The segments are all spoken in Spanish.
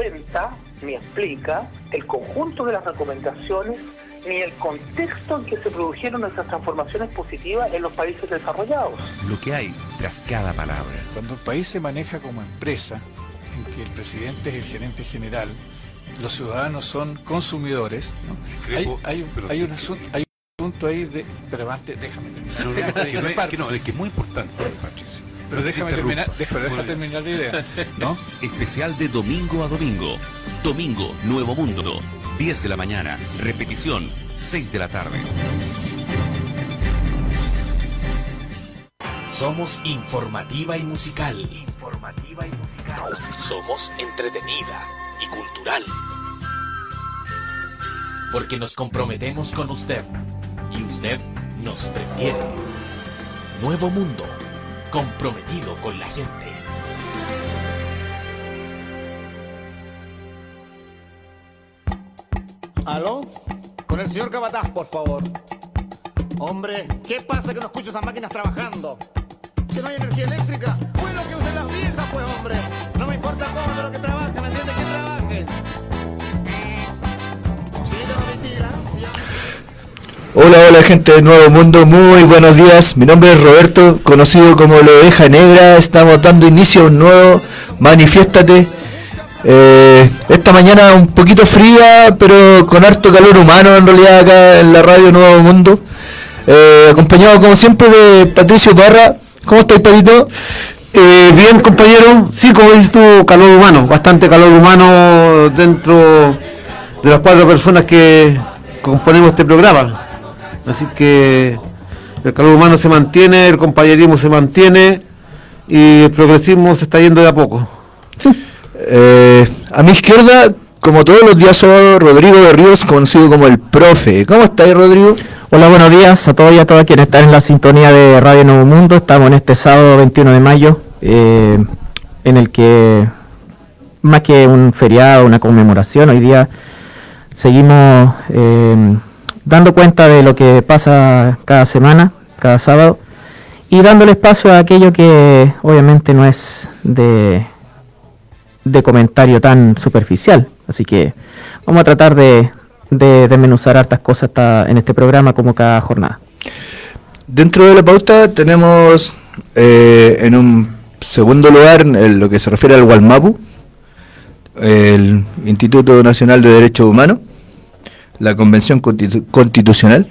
cuenta ni explica el conjunto de las recomendaciones ni el contexto en que se produjeron esas transformaciones positivas en los países desarrollados. Lo que hay tras cada palabra. Cuando un país se maneja como empresa, en que el presidente es el gerente general, los ciudadanos son consumidores, ¿no? Hay un asunto ahí de... Pero antes, déjame terminar. Es que es muy importante, Patricio. Pero déjame terminar la idea, ¿no? Especial de domingo a domingo. Domingo, Nuevo Mundo. 10 de la mañana. Repetición, 6 de la tarde. Somos informativa y musical. Somos entretenida y cultural. Porque nos comprometemos con usted. Y usted nos prefiere. Nuevo Mundo. Comprometido con la gente. ¿Aló? Con el señor Capataz, por favor. Hombre, ¿qué pasa que no escucho esas máquinas trabajando? ¿Que no hay energía eléctrica? Bueno, que usen las viejas, pues, hombre. No me importa cómo, pero que trabajen, ¿me entiendes? Que trabajen. Hola gente de Nuevo Mundo, muy buenos días. Mi nombre es Roberto, conocido como la Oveja Negra. Estamos dando inicio a un nuevo Manifiéstate. Esta mañana un poquito fría, pero con harto calor humano en realidad acá en la radio Nuevo Mundo. Acompañado como siempre de Patricio Parra. ¿Cómo estáis, Patito? Bien, compañero. Sí, como dices tú, calor humano, bastante calor humano dentro de las 4 personas que componemos este programa. Así que el calor humano se mantiene, el compañerismo se mantiene y el progresismo se está yendo de a poco. A mi izquierda, como todos los días, soy Rodrigo de Ríos, conocido como el Profe. ¿Cómo estáis, Rodrigo? Hola, buenos días a todos y a todas quienes están en la sintonía de Radio Nuevo Mundo. Estamos en este sábado 21 de mayo, en el que, más que un feriado, una conmemoración, hoy día seguimos dando cuenta de lo que pasa cada semana, cada sábado, y dándole espacio a aquello que obviamente no es de comentario tan superficial. Así que vamos a tratar de desmenuzar hartas cosas en este programa como cada jornada. Dentro de la pauta tenemos en un segundo lugar en lo que se refiere al Gualmapu, el Instituto Nacional de Derechos Humanos, la Convención Constitucional,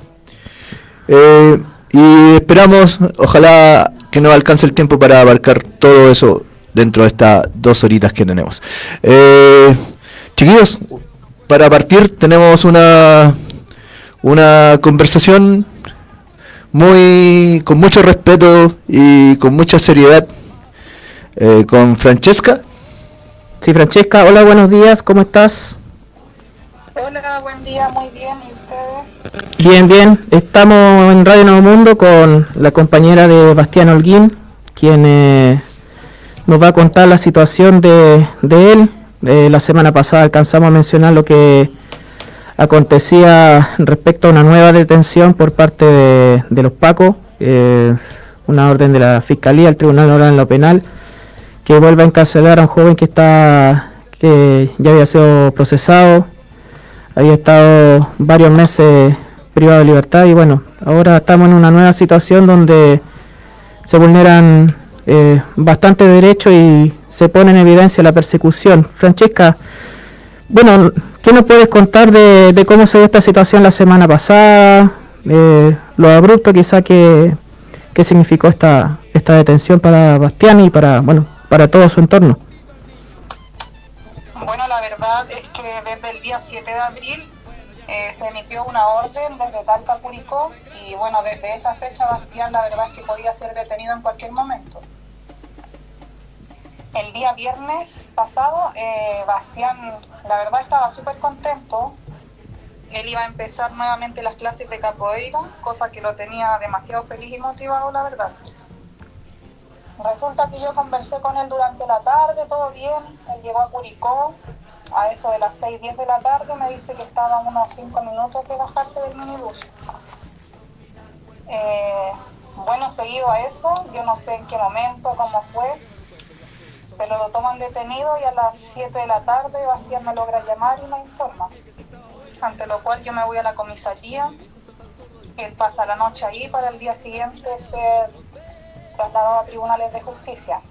y esperamos, ojalá que nos alcance el tiempo para abarcar todo eso dentro de estas 2 horitas que tenemos. Chiquillos, para partir tenemos una conversación con mucho respeto y con mucha seriedad con Francesca. Sí, Francesca, hola, buenos días, ¿cómo estás? Hola, buen día, muy bien, ¿y ustedes? Bien, bien, estamos en Radio Nuevo Mundo con la compañera de Bastián Holguín, quien nos va a contar la situación de él. La semana pasada alcanzamos a mencionar lo que acontecía respecto a una nueva detención por parte de los Pacos, una orden de la Fiscalía, el Tribunal Oral en lo Penal, que vuelve a encarcelar a un joven que ya había sido procesado, había estado varios meses privado de libertad y bueno, ahora estamos en una nueva situación donde se vulneran bastante derechos y se pone en evidencia la persecución. Francesca, bueno, ¿qué nos puedes contar de cómo se dio esta situación la semana pasada? Lo abrupto quizá que significó esta detención para Bastián y para todo su entorno. Bueno, la verdad es que desde el día 7 de abril se emitió una orden desde Talca a Curicó y bueno, desde esa fecha Bastián la verdad es que podía ser detenido en cualquier momento. El día viernes pasado, Bastián, la verdad, estaba súper contento. Él iba a empezar nuevamente las clases de capoeira, cosa que lo tenía demasiado feliz y motivado, la verdad. Resulta que yo conversé con él durante la tarde, todo bien. Él llegó a Curicó, a eso de las 6:10 de la tarde, me dice que estaba a unos 5 minutos de bajarse del minibús. Bueno, seguido a eso, yo no sé en qué momento, cómo fue, pero lo toman detenido y a las 7 de la tarde Bastián me logra llamar y me informa. Ante lo cual yo me voy a la comisaría, él pasa la noche ahí para el día siguiente ser trasladado a tribunales de justicia.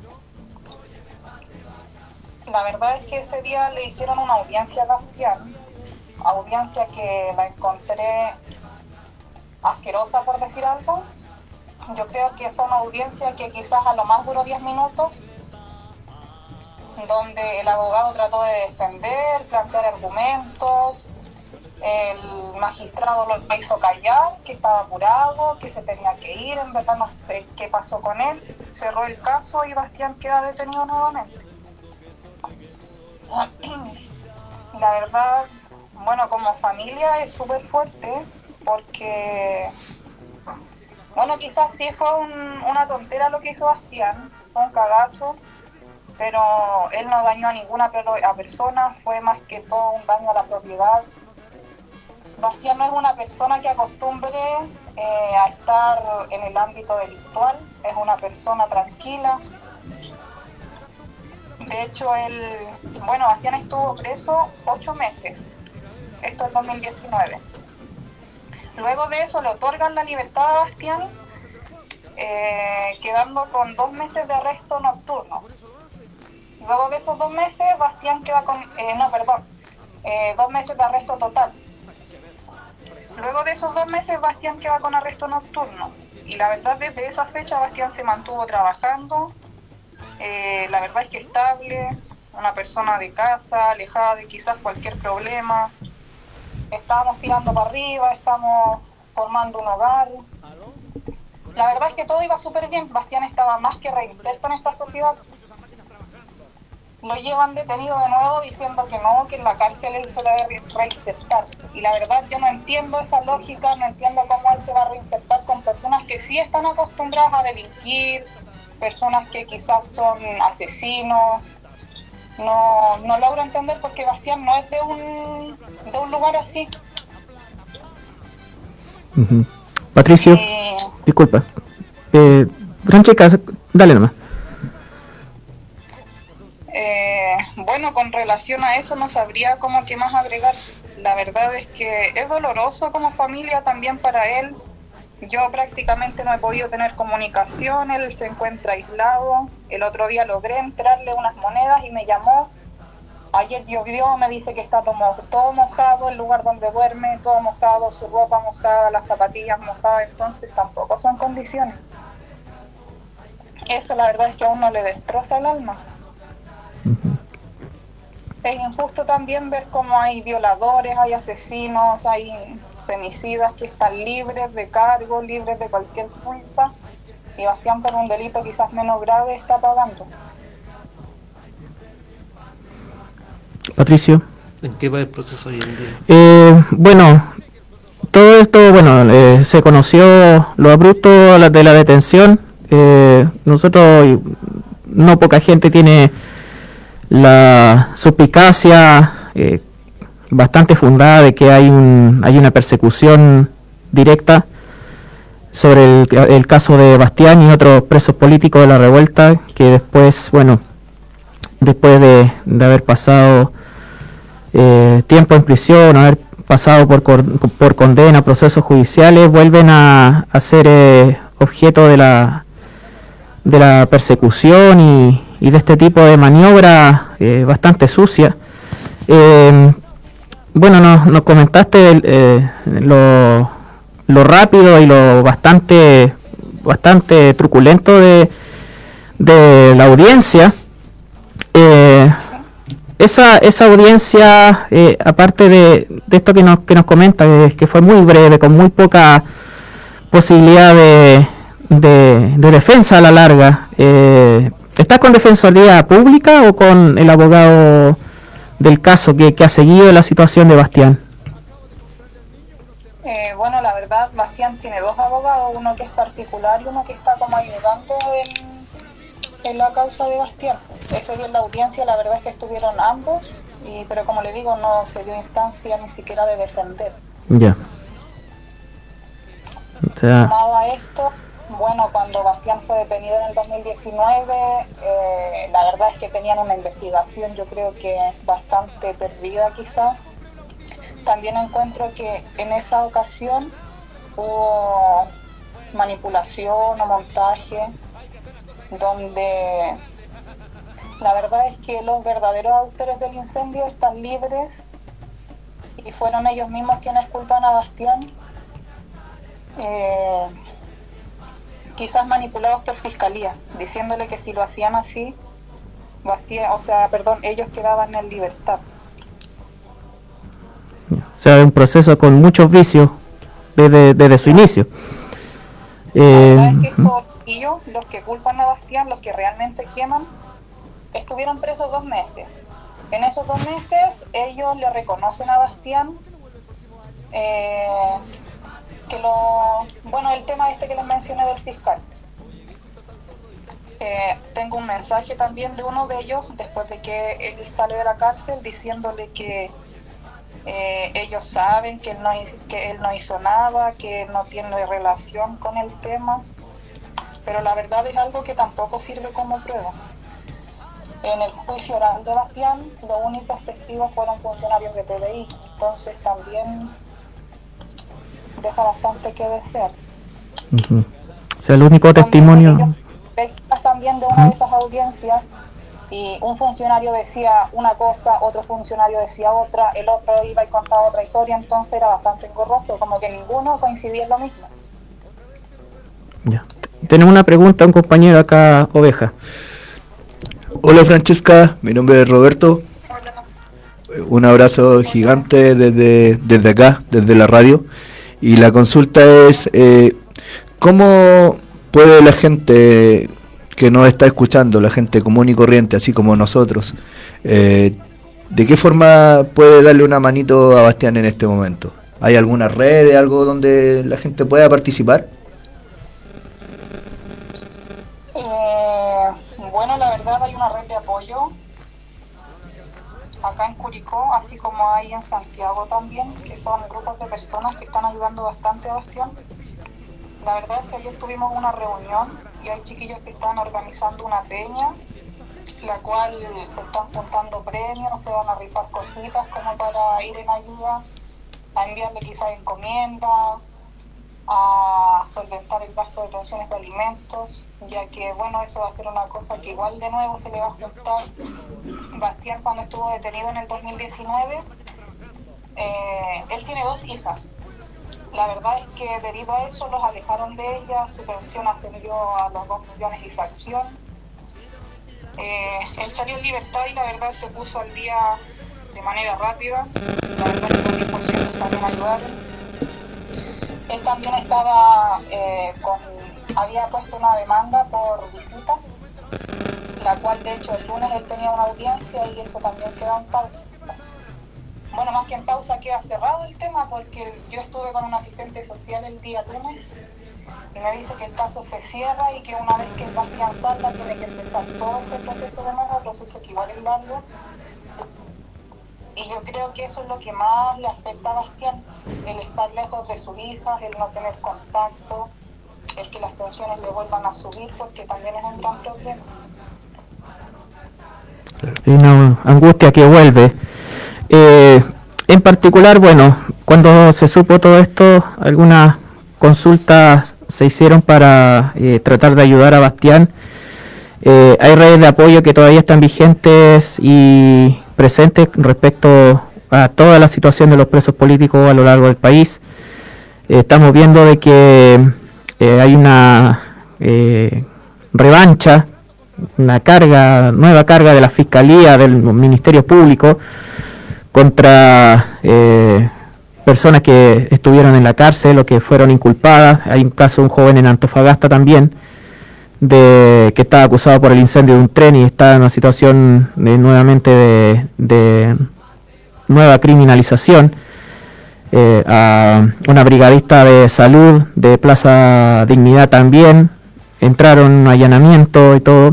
La verdad es que ese día le hicieron una audiencia a Bastián, audiencia que la encontré asquerosa, por decir algo. Yo creo que fue una audiencia que quizás a lo más duró 10 minutos, donde el abogado trató de defender, plantear argumentos, el magistrado lo hizo callar, que estaba apurado, que se tenía que ir, en verdad no sé qué pasó con él, cerró el caso y Bastián queda detenido nuevamente. La verdad, bueno, como familia es súper fuerte, porque, bueno, quizás sí fue una tontera lo que hizo Bastián, fue un cagazo, pero él no dañó a ninguna persona, fue más que todo un daño a la propiedad. Bastián no es una persona que acostumbre a estar en el ámbito delictual, es una persona tranquila. De hecho, Bastián estuvo preso 8 meses, esto es 2019. Luego de eso le otorgan la libertad a Bastián, quedando con 2 meses de arresto nocturno. Luego de esos 2 meses, Bastián queda con... 2 meses de arresto total. Luego de esos 2 meses, Bastián queda con arresto nocturno. Y la verdad, desde esa fecha, Bastián se mantuvo trabajando. La verdad es que estable, una persona de casa, alejada de quizás cualquier problema. Estábamos tirando para arriba, estamos formando un hogar. La verdad es que todo iba súper bien. Bastián estaba más que reinserto en esta sociedad. Lo llevan detenido de nuevo diciendo que no, que en la cárcel él se debe reinsertar. Y la verdad yo no entiendo esa lógica, no entiendo cómo él se va a reinsertar con personas que sí están acostumbradas a delinquir, personas que quizás son asesinos. No logro entender porque Bastián no es de un lugar así. Uh-huh. Patricio, disculpa. Francesca, dale nomás. Bueno, con relación a eso no sabría cómo qué más agregar. La verdad es que es doloroso como familia también para él. Yo prácticamente no he podido tener comunicación, él se encuentra aislado. El otro día logré entrarle unas monedas y me llamó. Ayer llovió, me dice que está todo mojado, el lugar donde duerme, todo mojado, su ropa mojada, las zapatillas mojadas, entonces tampoco son condiciones. Eso la verdad es que a uno le destroza el alma. Es injusto también ver cómo hay violadores, hay asesinos, hay femicidas que están libres de cargo, libres de cualquier culpa, y Bastián por un delito quizás menos grave está pagando. Patricio. ¿En qué va el proceso hoy en día? Bueno, todo esto, se conoció lo abrupto de la detención. Nosotros, no poca gente tiene la suspicacia bastante fundada de que hay una persecución directa sobre el caso de Bastián y otros presos políticos de la revuelta que después de haber pasado tiempo en prisión, haber pasado por condena, procesos judiciales, vuelven a ser objeto de la persecución y de este tipo de maniobra bastante sucia. Nos comentaste lo rápido y lo bastante truculento de la audiencia. Esa audiencia, aparte de esto que nos comenta, que fue muy breve, con muy poca posibilidad de defensa a la larga, ¿estás con Defensoría Pública o con el abogado del caso que ha seguido la situación de Bastián? La verdad, Bastián tiene 2 abogados, uno que es particular y uno que está como ayudando en la causa de Bastián. Ese día en la audiencia la verdad es que estuvieron ambos, pero como le digo, no se dio instancia ni siquiera de defender. Ya. Sumado a esto, bueno, cuando Bastián fue detenido en el 2019, la verdad es que tenían una investigación, yo creo que bastante perdida quizá. También encuentro que en esa ocasión hubo manipulación o montaje, donde la verdad es que los verdaderos autores del incendio están libres y fueron ellos mismos quienes culpan a Bastián, quizás manipulados por Fiscalía, diciéndole que si lo hacían así, ellos quedaban en libertad. O sea, un proceso con muchos vicios desde su inicio. La verdad es que ellos, los que culpan a Bastián, los que realmente queman, estuvieron presos 2 meses. En esos 2 meses ellos le reconocen a Bastián el tema que les mencioné del fiscal. Tengo un mensaje también de uno de ellos después de que él sale de la cárcel diciéndole que ellos saben que él no hizo nada, que no tiene relación con el tema, pero la verdad es algo que tampoco sirve como prueba. En el juicio oral de Bastián, los únicos testigos fueron funcionarios de PDI, entonces también deja bastante que desear. Uh-huh. O sea, el único testimonio... También de una de esas audiencias, y un funcionario decía una cosa, otro funcionario decía otra, el otro iba y contaba otra historia, entonces era bastante engorroso, como que ninguno coincidía en lo mismo. Ya. Tenemos una pregunta a un compañero acá, Oveja. Hola Francesca, mi nombre es Roberto. Hola. Un abrazo gigante desde acá, desde la radio. Y la consulta es, ¿cómo puede la gente que nos está escuchando, la gente común y corriente, así como nosotros, de qué forma puede darle una manito a Bastián en este momento? ¿Hay alguna red, algo donde la gente pueda participar? Bueno, la verdad hay una red de apoyo acá en Curicó, así como hay en Santiago también, que son grupos de personas que están ayudando bastante a Bastián. La verdad es que ayer tuvimos una reunión y hay chiquillos que están organizando una peña, la cual se están juntando premios, se van a rifar cositas como para ir en ayuda, a enviarle quizás encomiendas, a solventar el gasto de pensiones de alimentos, ya que bueno, eso va a ser una cosa que igual de nuevo se le va a juntar. Bastián, cuando estuvo detenido en el 2019, él tiene 2 hijas. La verdad es que debido a eso los alejaron de ella, su pensión ascendió a los 2 millones y fracción. Él salió en libertad y la verdad se puso al día de manera rápida. La verdad es que los 10% también ayudaron. Él también había puesto una demanda por visitas, la cual de hecho el lunes él tenía una audiencia y eso también queda en pausa. Bueno, más que en pausa queda cerrado el tema porque yo estuve con un asistente social el día lunes y me dice que el caso se cierra y que una vez que Bastián salga tiene que empezar todo este proceso de nuevo, proceso que igual es largo. Y yo creo que eso es lo que más le afecta a Bastián, el estar lejos de sus hijas, el no tener contacto, el que las pensiones le vuelvan a subir, porque también es un gran problema. Y una angustia que vuelve. En particular, bueno, cuando se supo todo esto, algunas consultas se hicieron para tratar de ayudar a Bastián. Hay redes de apoyo que todavía están vigentes y presentes respecto a toda la situación de los presos políticos a lo largo del país. Estamos viendo de que hay una revancha, una nueva carga de la Fiscalía, del Ministerio Público contra personas que estuvieron en la cárcel o que fueron inculpadas. Hay un caso de un joven en Antofagasta también, que estaba acusado por el incendio de un tren y está en una situación nuevamente de nueva criminalización. A una brigadista de salud de Plaza Dignidad también entraron en un allanamiento y todo.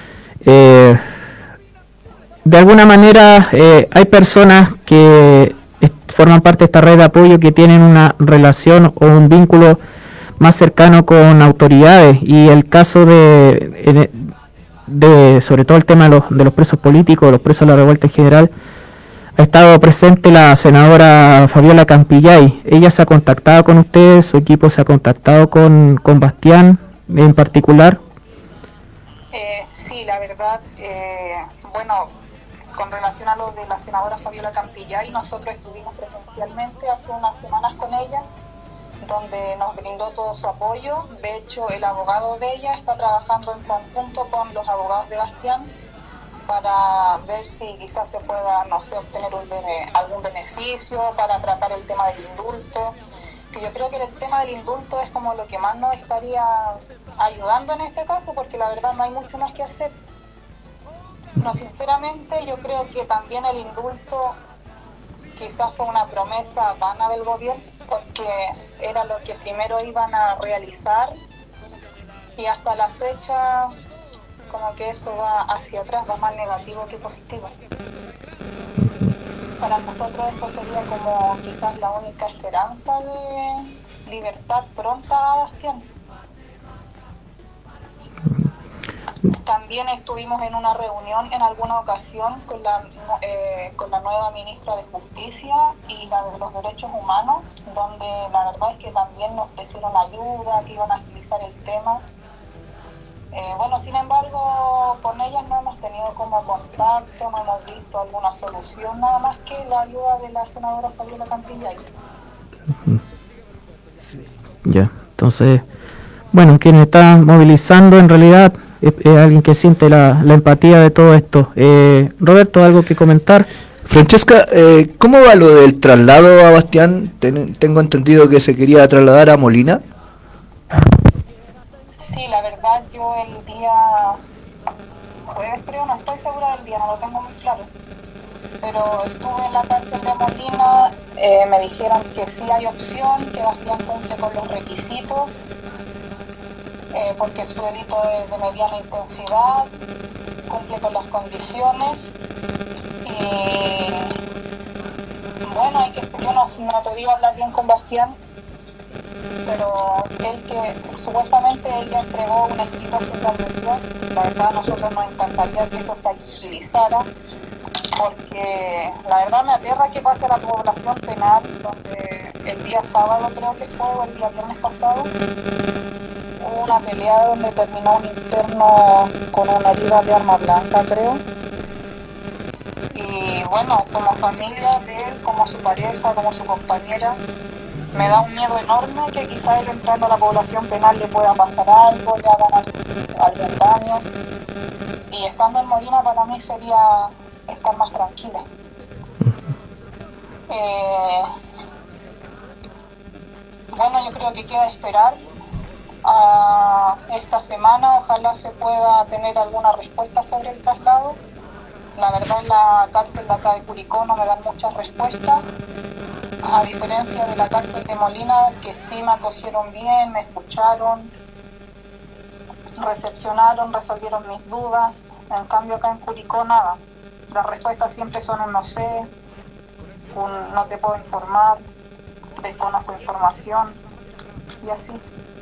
De alguna manera hay personas que forman parte de esta red de apoyo que tienen una relación o un vínculo más cercano con autoridades, y el caso de sobre todo el tema de los presos políticos, los presos de la revuelta en general, ha estado presente la senadora Fabiola Campillay. Ella se ha contactado con ustedes, su equipo se ha contactado con Bastián en particular. Sí, la verdad, bueno, con relación a lo de la senadora Fabiola Campillay, nosotros estuvimos presencialmente hace unas semanas con ella, donde nos brindó todo su apoyo. De hecho, el abogado de ella está trabajando en conjunto con los abogados de Bastián para ver si quizás se pueda, no sé, obtener algún beneficio para tratar el tema del indulto, que yo creo que el tema del indulto es como lo que más nos estaría ayudando en este caso, porque la verdad no hay mucho más que hacer. No, sinceramente yo creo que también el indulto quizás fue una promesa vana del gobierno, porque era lo que primero iban a realizar, y hasta la fecha como que eso va hacia atrás, va más negativo que positivo. Para nosotros eso sería como quizás la única esperanza de libertad pronta a Bastián. También estuvimos en una reunión en alguna ocasión con la nueva ministra de Justicia y la de los Derechos Humanos, donde la verdad es que también nos ofrecieron ayuda, que iban a agilizar el tema. Bueno, sin embargo, con ellas no hemos tenido como contacto, no hemos visto alguna solución, nada más que la ayuda de la senadora Fabiola Campillay. Ya, entonces, bueno, quien está movilizando en realidad es alguien que siente la empatía de todo esto. Roberto, ¿algo que comentar? Francesca, ¿cómo va lo del traslado a Bastián? Tengo entendido que se quería trasladar a Molina. Sí, la verdad yo el día jueves, creo, no estoy segura del día, no lo tengo muy claro, pero estuve en la cárcel de Molina, me dijeron que sí hay opción, que Bastián cumple con los requisitos, porque su delito es de mediana intensidad, cumple con las condiciones, y bueno, yo no he podido hablar bien con Bastián, pero supuestamente él ya entregó un escrito sin transmisión. La verdad a nosotros nos encantaría que eso se agilizara, porque la verdad me aterra que pase a la población penal, donde el día sábado, creo que fue, o el día viernes pasado, hubo una pelea donde terminó un interno con una herida de arma blanca, creo. Y bueno, como familia de él, como su pareja, como su compañera, me da un miedo enorme que quizá él entrando a la población penal le pueda pasar algo, le hagan algún daño. Y estando en Molina para mí sería estar más tranquila. Bueno, yo creo que queda esperar a esta semana, ojalá se pueda tener alguna respuesta sobre el traslado. La verdad en la cárcel de acá de Curicó no me dan muchas respuestas, a diferencia de la cárcel de Molina, que sí me acogieron bien, me escucharon, recepcionaron, resolvieron mis dudas. En cambio acá en Curicó nada, las respuestas siempre son un no sé, un no te puedo informar, desconozco información y así.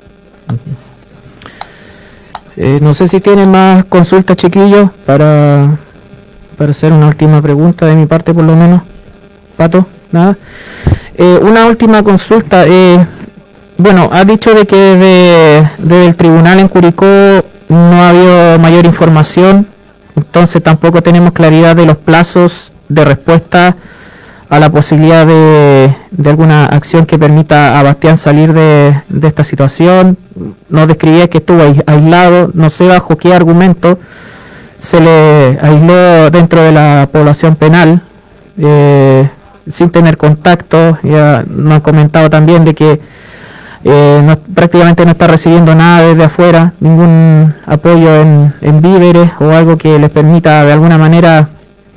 No sé si tienen más consultas, chiquillos, para hacer una última pregunta de mi parte, por lo menos. Pato, nada. Una última consulta. Bueno, ha dicho de que desde el tribunal en Curicó no ha habido mayor información, entonces tampoco tenemos claridad de los plazos de respuesta a la posibilidad de alguna acción que permita a Bastián salir de esta situación. Nos describía que estuvo aislado, no sé bajo qué argumento se le aisló dentro de la población penal, sin tener contacto. Ya nos han comentado también de que prácticamente no está recibiendo nada desde afuera, ningún apoyo en víveres o algo que les permita de alguna manera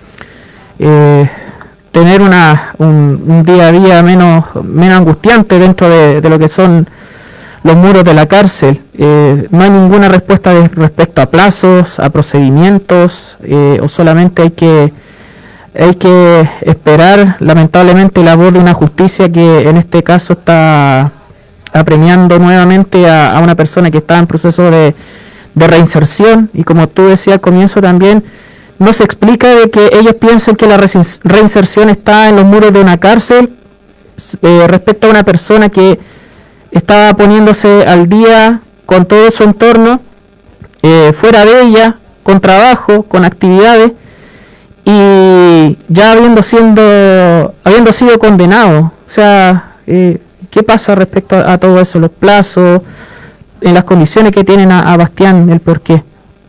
tener un día a día menos angustiante dentro de lo que son los muros de la cárcel. No hay ninguna respuesta respecto a plazos, a procedimientos, o solamente hay que esperar lamentablemente la voz de una justicia que en este caso está apremiando nuevamente a una persona que está en proceso de reinserción, y como tú decías al comienzo también, no se explica de que ellos piensen que la reinserción está en los muros de una cárcel respecto a una persona que está poniéndose al día con todo su entorno, fuera de ella, con trabajo, con actividades, y ya habiendo sido condenado. O sea, ¿qué pasa respecto a todo eso? Los plazos, en las condiciones que tienen a Bastián, el por qué.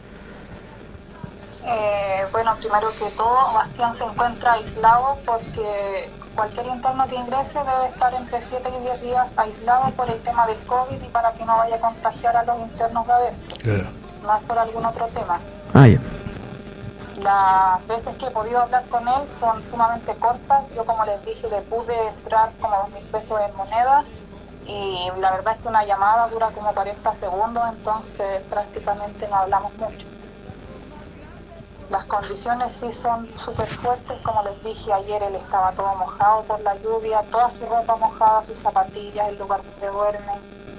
Bueno, primero que todo, Bastián se encuentra aislado porque cualquier interno que ingrese debe estar entre 7 y 10 días aislado por el tema del COVID y para que no vaya a contagiar a los internos de adentro. Claro. No es por algún otro tema. Ya. Las veces que he podido hablar con él son sumamente cortas. Yo, como les dije, le pude entrar como 2.000 pesos en monedas, y la verdad es que una llamada dura como 40 segundos, entonces prácticamente no hablamos mucho. Las condiciones sí son súper fuertes, como les dije ayer, él estaba todo mojado por la lluvia, toda su ropa mojada, sus zapatillas, el lugar donde duerme.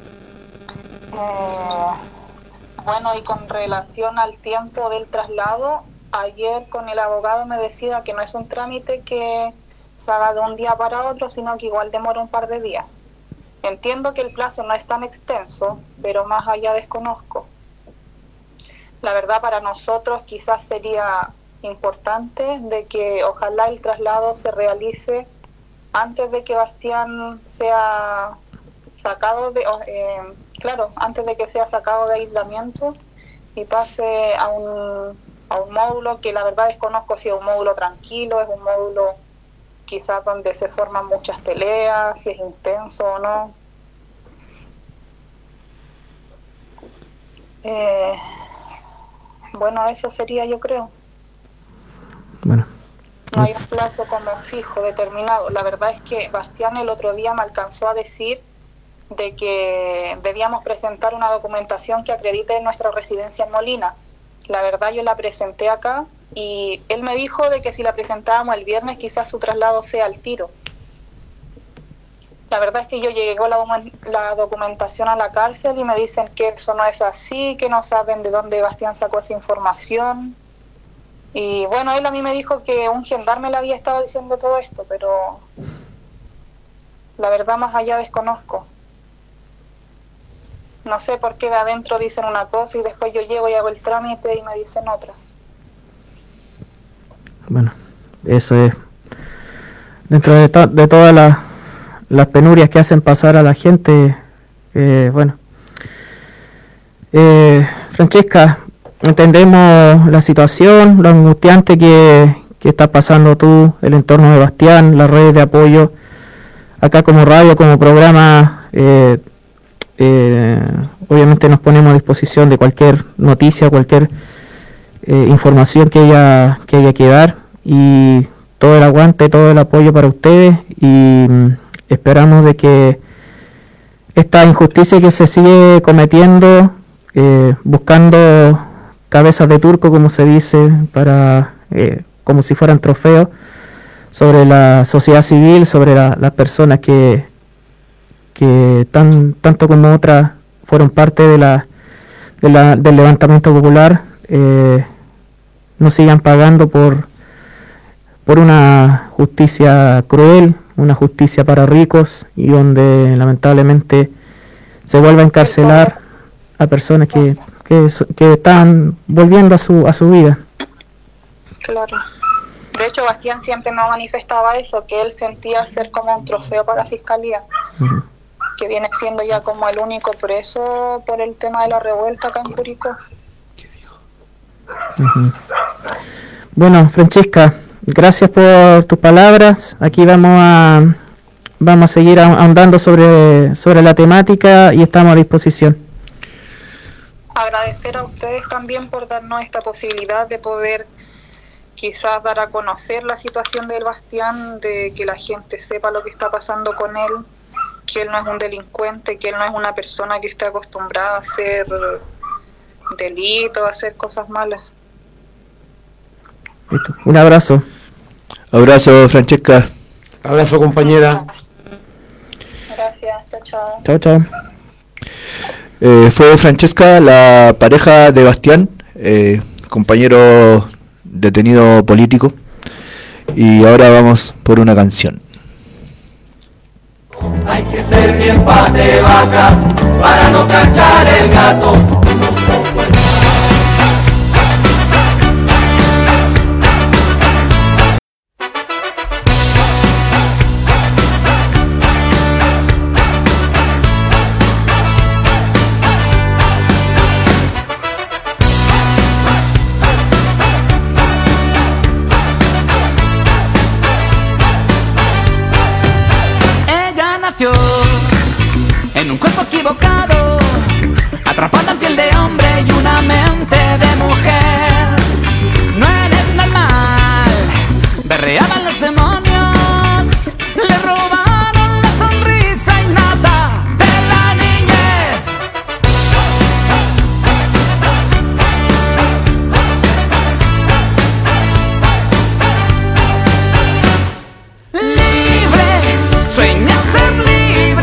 Bueno, y con relación al tiempo del traslado, ayer con el abogado me decía que no es un trámite que se haga de un día para otro, sino que igual demora un par de días. Entiendo que el plazo no es tan extenso, pero más allá desconozco. La verdad, para nosotros quizás sería importante de que ojalá el traslado se realice antes de que Bastián sea sacado de, antes de que sea sacado de aislamiento y pase a un módulo que la verdad desconozco si es un módulo tranquilo, es un módulo quizás donde se forman muchas peleas, si es intenso o no. Bueno, eso sería, yo creo. Bueno. No hay un plazo como fijo, determinado. La verdad es que Bastián el otro día me alcanzó a decir de que debíamos presentar una documentación que acredite nuestra residencia en Molina. La verdad, yo la presenté acá y él me dijo de que si la presentábamos el viernes quizás su traslado sea al tiro. La verdad es que yo llegué con la documentación a la cárcel y me dicen que eso no es así, que no saben de dónde Bastián sacó esa información. Y bueno, él a mí me dijo que un gendarme le había estado diciendo todo esto, pero la verdad más allá desconozco. No sé por qué de adentro dicen una cosa y después yo llego y hago el trámite y me dicen otra. Bueno, eso es dentro de todas las penurias que hacen pasar a la gente. Francesca, entendemos la situación, lo angustiante que estás pasando tú, el entorno de Bastián, las redes de apoyo. Acá como radio, como programa, obviamente nos ponemos a disposición de cualquier noticia, cualquier información que haya que dar, y todo el aguante, todo el apoyo para ustedes, y esperamos de que esta injusticia que se sigue cometiendo, buscando cabezas de turco, como se dice, para como si fueran trofeos, sobre la sociedad civil, sobre las personas que tanto como otras fueron parte del levantamiento popular, no sigan pagando por una justicia cruel, una justicia para ricos, y donde lamentablemente se vuelve a encarcelar a personas que están volviendo a su vida. Claro. De hecho, Bastián siempre me manifestaba eso, que él sentía ser como un trofeo para la fiscalía, que viene siendo ya como el único preso por el tema de la revuelta acá en Curicó. Bueno, Francesca, gracias por tus palabras. Aquí vamos a seguir ahondando sobre la temática y estamos a disposición. Agradecer a ustedes también por darnos esta posibilidad de poder quizás dar a conocer la situación del Bastián, de que la gente sepa lo que está pasando con él, que él no es un delincuente, que él no es una persona que esté acostumbrada a hacer delitos, a hacer cosas malas. Listo. Un abrazo. Abrazo, Francesca. Abrazo, compañera. Gracias. Gracias, chao. Chao. Fue Francesca, la pareja de Bastián, compañero detenido político. Y ahora vamos por una canción. Hay que ser bien pate vaca para no cachar el gato. En un cuerpo equivocado, atrapada en piel de hombre y una mente de mujer. No eres normal, berreaban los demonios, le robaron la sonrisa innata de la niñez. Libre, sueña ser libre.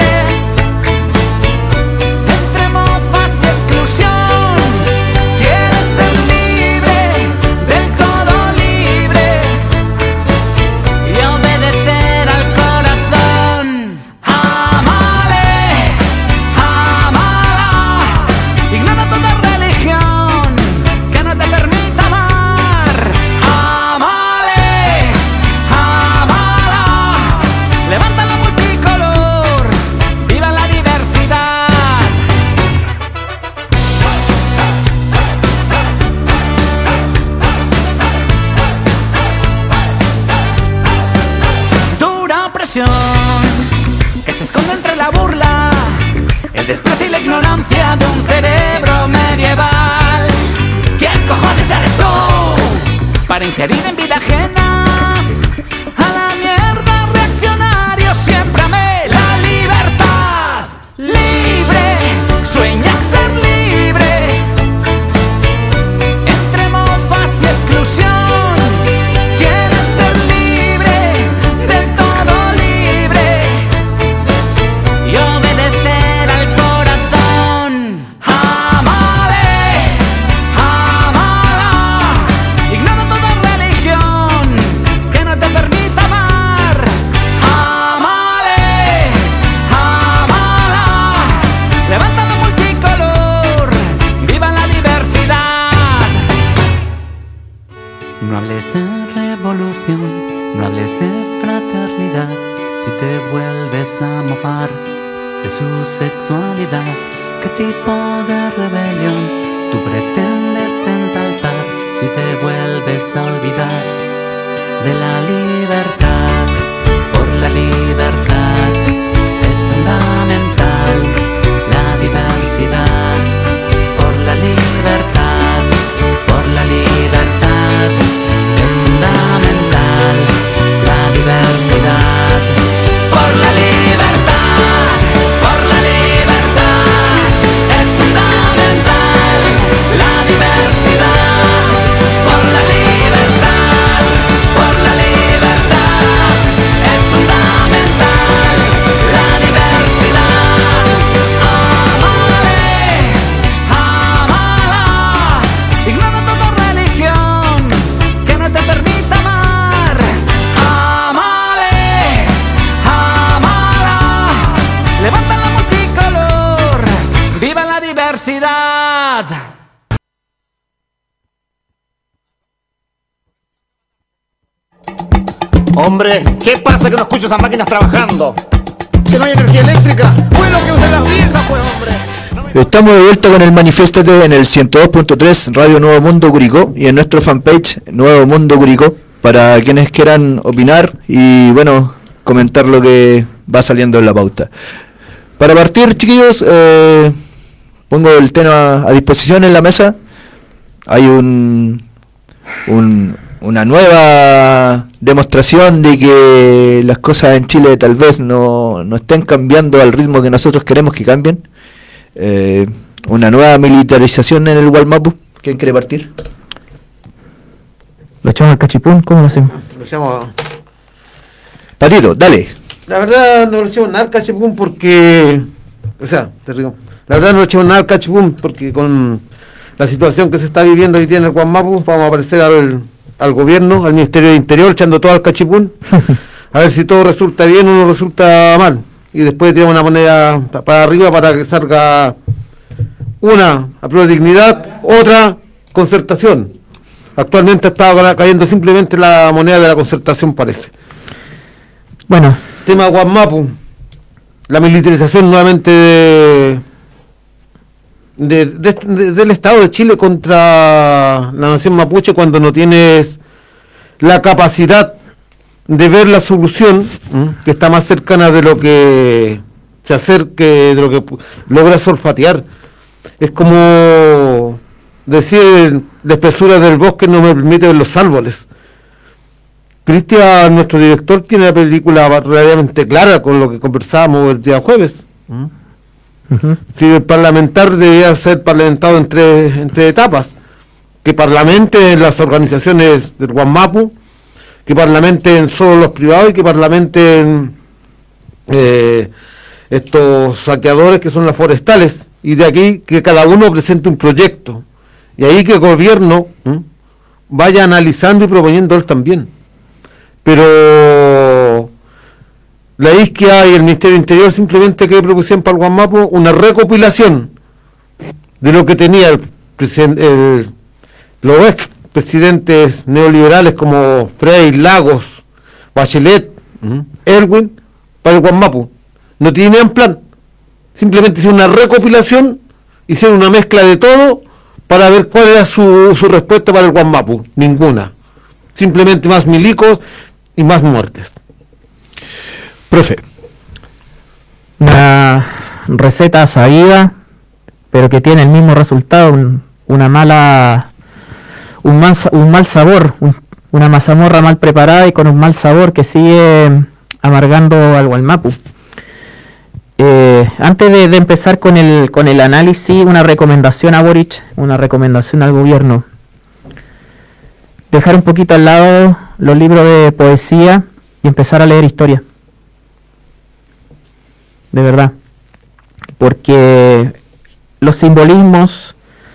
Que se esconde entre la burla, el desprecio y la ignorancia de un cerebro medieval. ¿Quién cojones eres tú para ingerir en vida ajena? A la mierda, reaccionario, siempre amé la libertad. Libre, sueña ser libre, entre mofas y exclusión. No hables de revolución, no hables de fraternidad, si te vuelves a mofar de su sexualidad. ¿Qué tipo de rebelión tú pretendes ensalzar si te vuelves a olvidar de la libertad? Por la libertad es fundamental la diversidad. Por la libertad, por la libertad es fundamental la diversidad. Por la libertad, por la libertad es fundamental la diversidad. Por la libertad, por la libertad es fundamental la diversidad. Amale, amala, ignora toda religión que no te permita amar. Amale, amala, levanta la multicolor, viva la diversidad. Hombre, ¿qué pasa que no escucho esas máquinas trabajando? ¿Que no hay energía eléctrica? Bueno, que usen las viejas, pues, hombre. Estamos de vuelta con el Manifiéstate en el 102.3 Radio Nuevo Mundo Curicó y en nuestro fanpage Nuevo Mundo Curicó para quienes quieran opinar y, bueno, comentar lo que va saliendo en la pauta. Para partir, chiquillos, pongo el tema a disposición en la mesa. Hay una nueva demostración de que las cosas en Chile tal vez no estén cambiando al ritmo que nosotros queremos que cambien. Una nueva militarización en el Gualmapu. ¿Quién quiere partir? ¿Lo echamos al cachipún? ¿Cómo lo hacemos? Lo echamos. Patito, dale. La verdad no le echamos nada al Cachipún porque... O sea, te digo, la verdad no le echamos nada al Cachipún porque con la situación que se está viviendo hoy día en el Guamapu, vamos a aparecer al gobierno, al Ministerio de Interior, echando todo al Cachipún, a ver si todo resulta bien o no resulta mal. Y después tiramos una moneda para arriba para que salga una a prueba de dignidad, otra concertación. Actualmente está cayendo simplemente la moneda de la concertación, parece. Bueno. Tema Guamapu, la militarización nuevamente del Estado de Chile contra la nación mapuche cuando no tienes la capacidad de ver la solución, que está más cercana de lo que se acerque, de lo que logras olfatear. Es como decir, la espesura del bosque no me permite ver los árboles. Cristian, nuestro director, tiene la película relativamente clara con lo que conversábamos el día jueves. Si el parlamentar debía ser parlamentado en tres etapas, que parlamenten las organizaciones del Guamapu, que parlamenten solo los privados y que parlamenten estos saqueadores que son las forestales, y de aquí que cada uno presente un proyecto, y ahí que el gobierno vaya analizando y proponiendo él también. Pero la isquia y el Ministerio del Interior simplemente que propusieron para el Guamapu una recopilación de lo que tenía los expresidentes neoliberales como Frei, Lagos, Bachelet, Erwin, para el Guamapu. No tenían plan, simplemente hicieron una recopilación, hicieron una mezcla de todo para ver cuál era su respuesta para el Guamapu. Ninguna, simplemente más milicos y más muertes. Profe. Una receta sabida, pero que tiene el mismo resultado, un mal sabor, una mazamorra mal preparada y con un mal sabor que sigue amargando al Guamapu. Antes de empezar con el análisis, una recomendación a Boric, una recomendación al gobierno. Dejar un poquito al lado los libros de poesía y empezar a leer historia. De verdad. Porque los simbolismos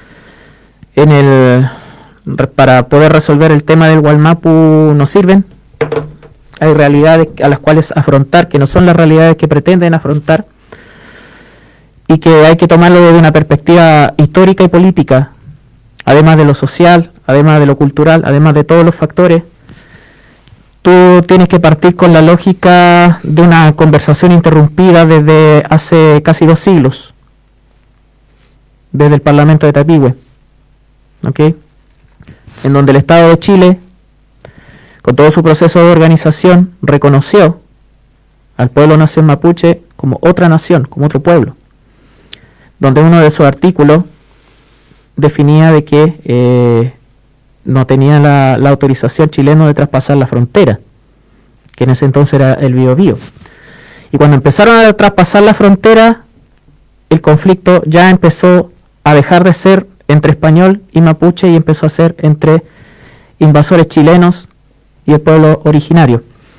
para poder resolver el tema del Guamapu no sirven. Hay realidades a las cuales afrontar, que no son las realidades que pretenden afrontar, y que hay que tomarlo desde una perspectiva histórica y política, además de lo social, además de lo cultural, además de todos los factores. Tú tienes que partir con la lógica de una conversación interrumpida desde hace casi 2 siglos, desde el Parlamento de Tapigüe, ¿okay? En donde el Estado de Chile, con todo su proceso de organización, reconoció al pueblo nación mapuche como otra nación, como otro pueblo, donde uno de sus artículos definía de que no tenía la autorización chilena de traspasar la frontera, que en ese entonces era el Biobío. Y cuando empezaron a traspasar la frontera, el conflicto ya empezó a dejar de ser entre español y mapuche y empezó a ser entre invasores chilenos y el pueblo originario.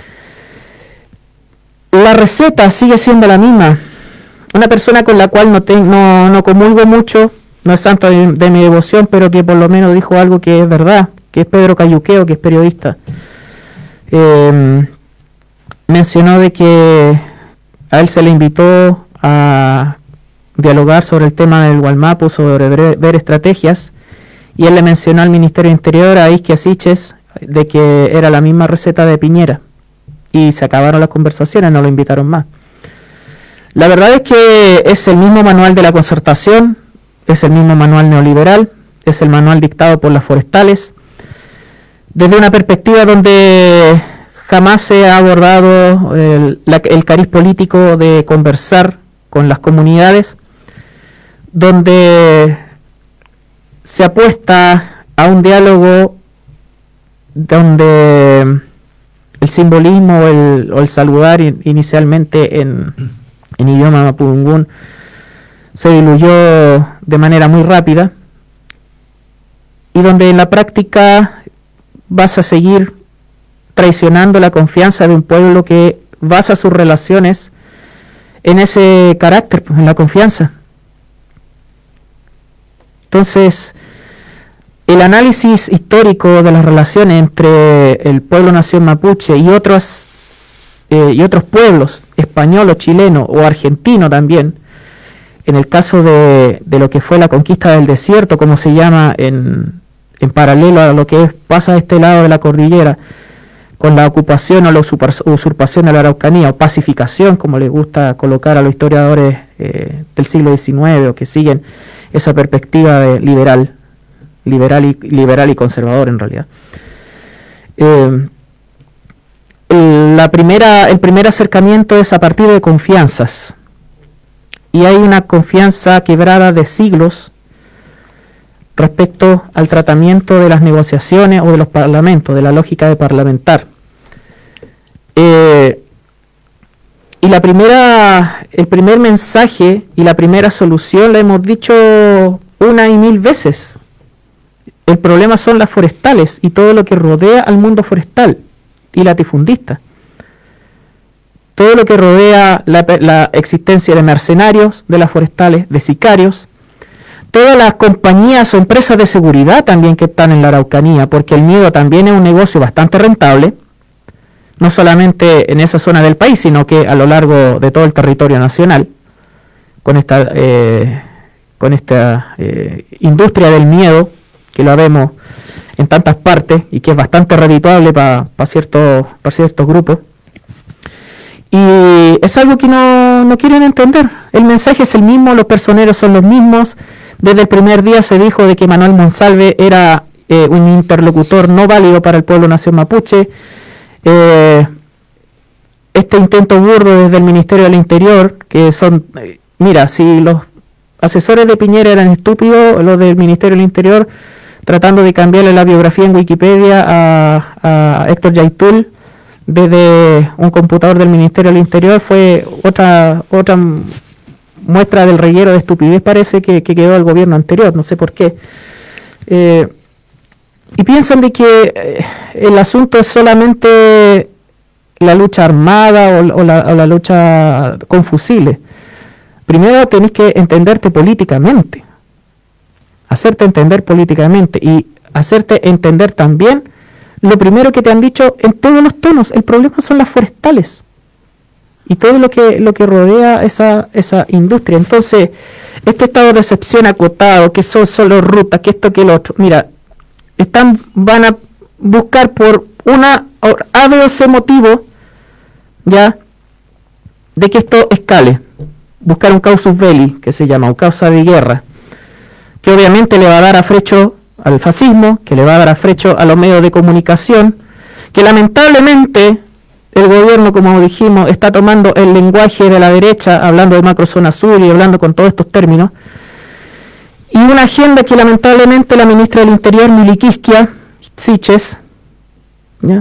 La receta sigue siendo la misma. Una persona con la cual no comulgo mucho, no es santo de mi devoción, pero que por lo menos dijo algo que es verdad, que es Pedro Cayuqueo, que es periodista. Mencionó de que a él se le invitó a dialogar sobre el tema del Guamapu, sobre ver estrategias, y él le mencionó al Ministerio del Interior, a Isquia Siches, de que era la misma receta de Piñera, y se acabaron las conversaciones, no lo invitaron más. La verdad es que es el mismo manual de la concertación, es el mismo manual neoliberal, es el manual dictado por las forestales, desde una perspectiva donde jamás se ha abordado el cariz político de conversar con las comunidades, donde se apuesta a un diálogo donde el simbolismo o el saludar inicialmente en idioma mapudungún se diluyó de manera muy rápida, y donde en la práctica vas a seguir traicionando la confianza de un pueblo que basa sus relaciones en ese carácter, pues, en la confianza. Entonces, el análisis histórico de las relaciones entre el pueblo-nación mapuche y otros pueblos, español o chileno o argentino también, en el caso de lo que fue la conquista del desierto, como se llama en paralelo a lo que pasa a este lado de la cordillera, con la ocupación o la usurpación de la Araucanía, o pacificación, como les gusta colocar a los historiadores del siglo XIX, o que siguen esa perspectiva de liberal y conservador en realidad. El primer acercamiento es a partir de confianzas, y hay una confianza quebrada de siglos respecto al tratamiento de las negociaciones o de los parlamentos, de la lógica de parlamentar. Y el primer mensaje y la primera solución la hemos dicho una y mil veces. El problema son las forestales y todo lo que rodea al mundo forestal y latifundista. Todo lo que rodea la existencia de mercenarios, de las forestales, de sicarios, todas las compañías o empresas de seguridad también que están en la Araucanía, porque el miedo también es un negocio bastante rentable, no solamente en esa zona del país, sino que a lo largo de todo el territorio nacional, con esta industria del miedo, que lo vemos en tantas partes y que es bastante redituable para ciertos grupos. Y es algo que no quieren entender. El mensaje es el mismo, los personeros son los mismos. Desde el primer día se dijo de que Manuel Monsalve era un interlocutor no válido para el pueblo nación mapuche. Este intento burdo desde el Ministerio del Interior, que son... mira, si los asesores de Piñera eran estúpidos, los del Ministerio del Interior, tratando de cambiarle la biografía en Wikipedia a Héctor Yaitul, desde un computador del Ministerio del Interior, fue otra muestra del reguero de estupidez, parece, que quedó el gobierno anterior, no sé por qué. Y piensan de que el asunto es solamente la lucha armada o la lucha con fusiles. Primero tenés que entenderte políticamente, hacerte entender políticamente y hacerte entender también lo primero que te han dicho en todos los tonos. El problema son las forestales y todo lo que rodea esa industria. Entonces, este estado de excepción acotado, que son solo rutas, que esto, que lo otro, mira, van a buscar por una A, B o C motivo, ya, de que esto escale. Buscar un causus belli, que se llama, o causa de guerra, que obviamente le va a dar afrecho al fascismo, que le va a dar afrecho a los medios de comunicación, que lamentablemente el gobierno, como dijimos, está tomando el lenguaje de la derecha, hablando de macrozona sur y hablando con todos estos términos, y una agenda que lamentablemente la ministra del Interior, Mili Quisquia Siches, ¿ya?,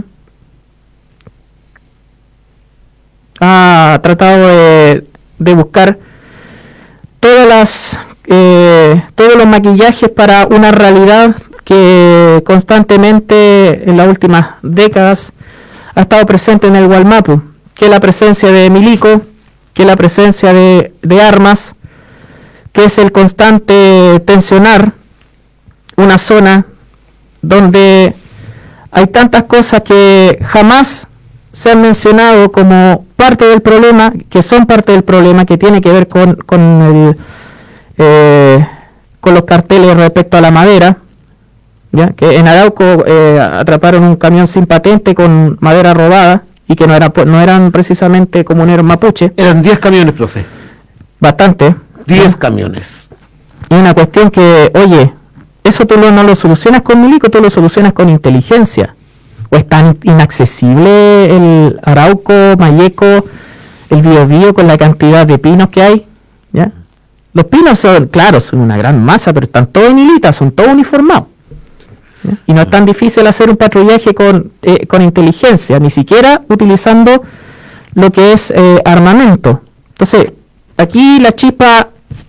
ha tratado de buscar todos los maquillajes para una realidad que constantemente en las últimas décadas ha estado presente en el Gualmapu, que es la presencia de milico, que es la presencia de armas, que es el constante tensionar una zona donde hay tantas cosas que jamás se han mencionado como parte del problema, que son parte del problema, que tiene que ver con los carteles respecto a la madera, ¿ya?, que en Arauco atraparon un camión sin patente con madera robada y que no eran precisamente comuneros mapuche. Eran 10 camiones, profe. Bastante. 10 camiones. Y una cuestión que, oye, eso tú no lo solucionas con milico, tú lo solucionas con inteligencia. O es tan inaccesible el Arauco, Mayeco, el Biobío, con la cantidad de pinos que hay, ¿ya? Los pinos son, claro, son una gran masa, pero están todos en hilitas, son todos uniformados, ¿ya? Y no es tan difícil hacer un patrullaje con inteligencia, ni siquiera utilizando lo que es armamento. Entonces, aquí la chispa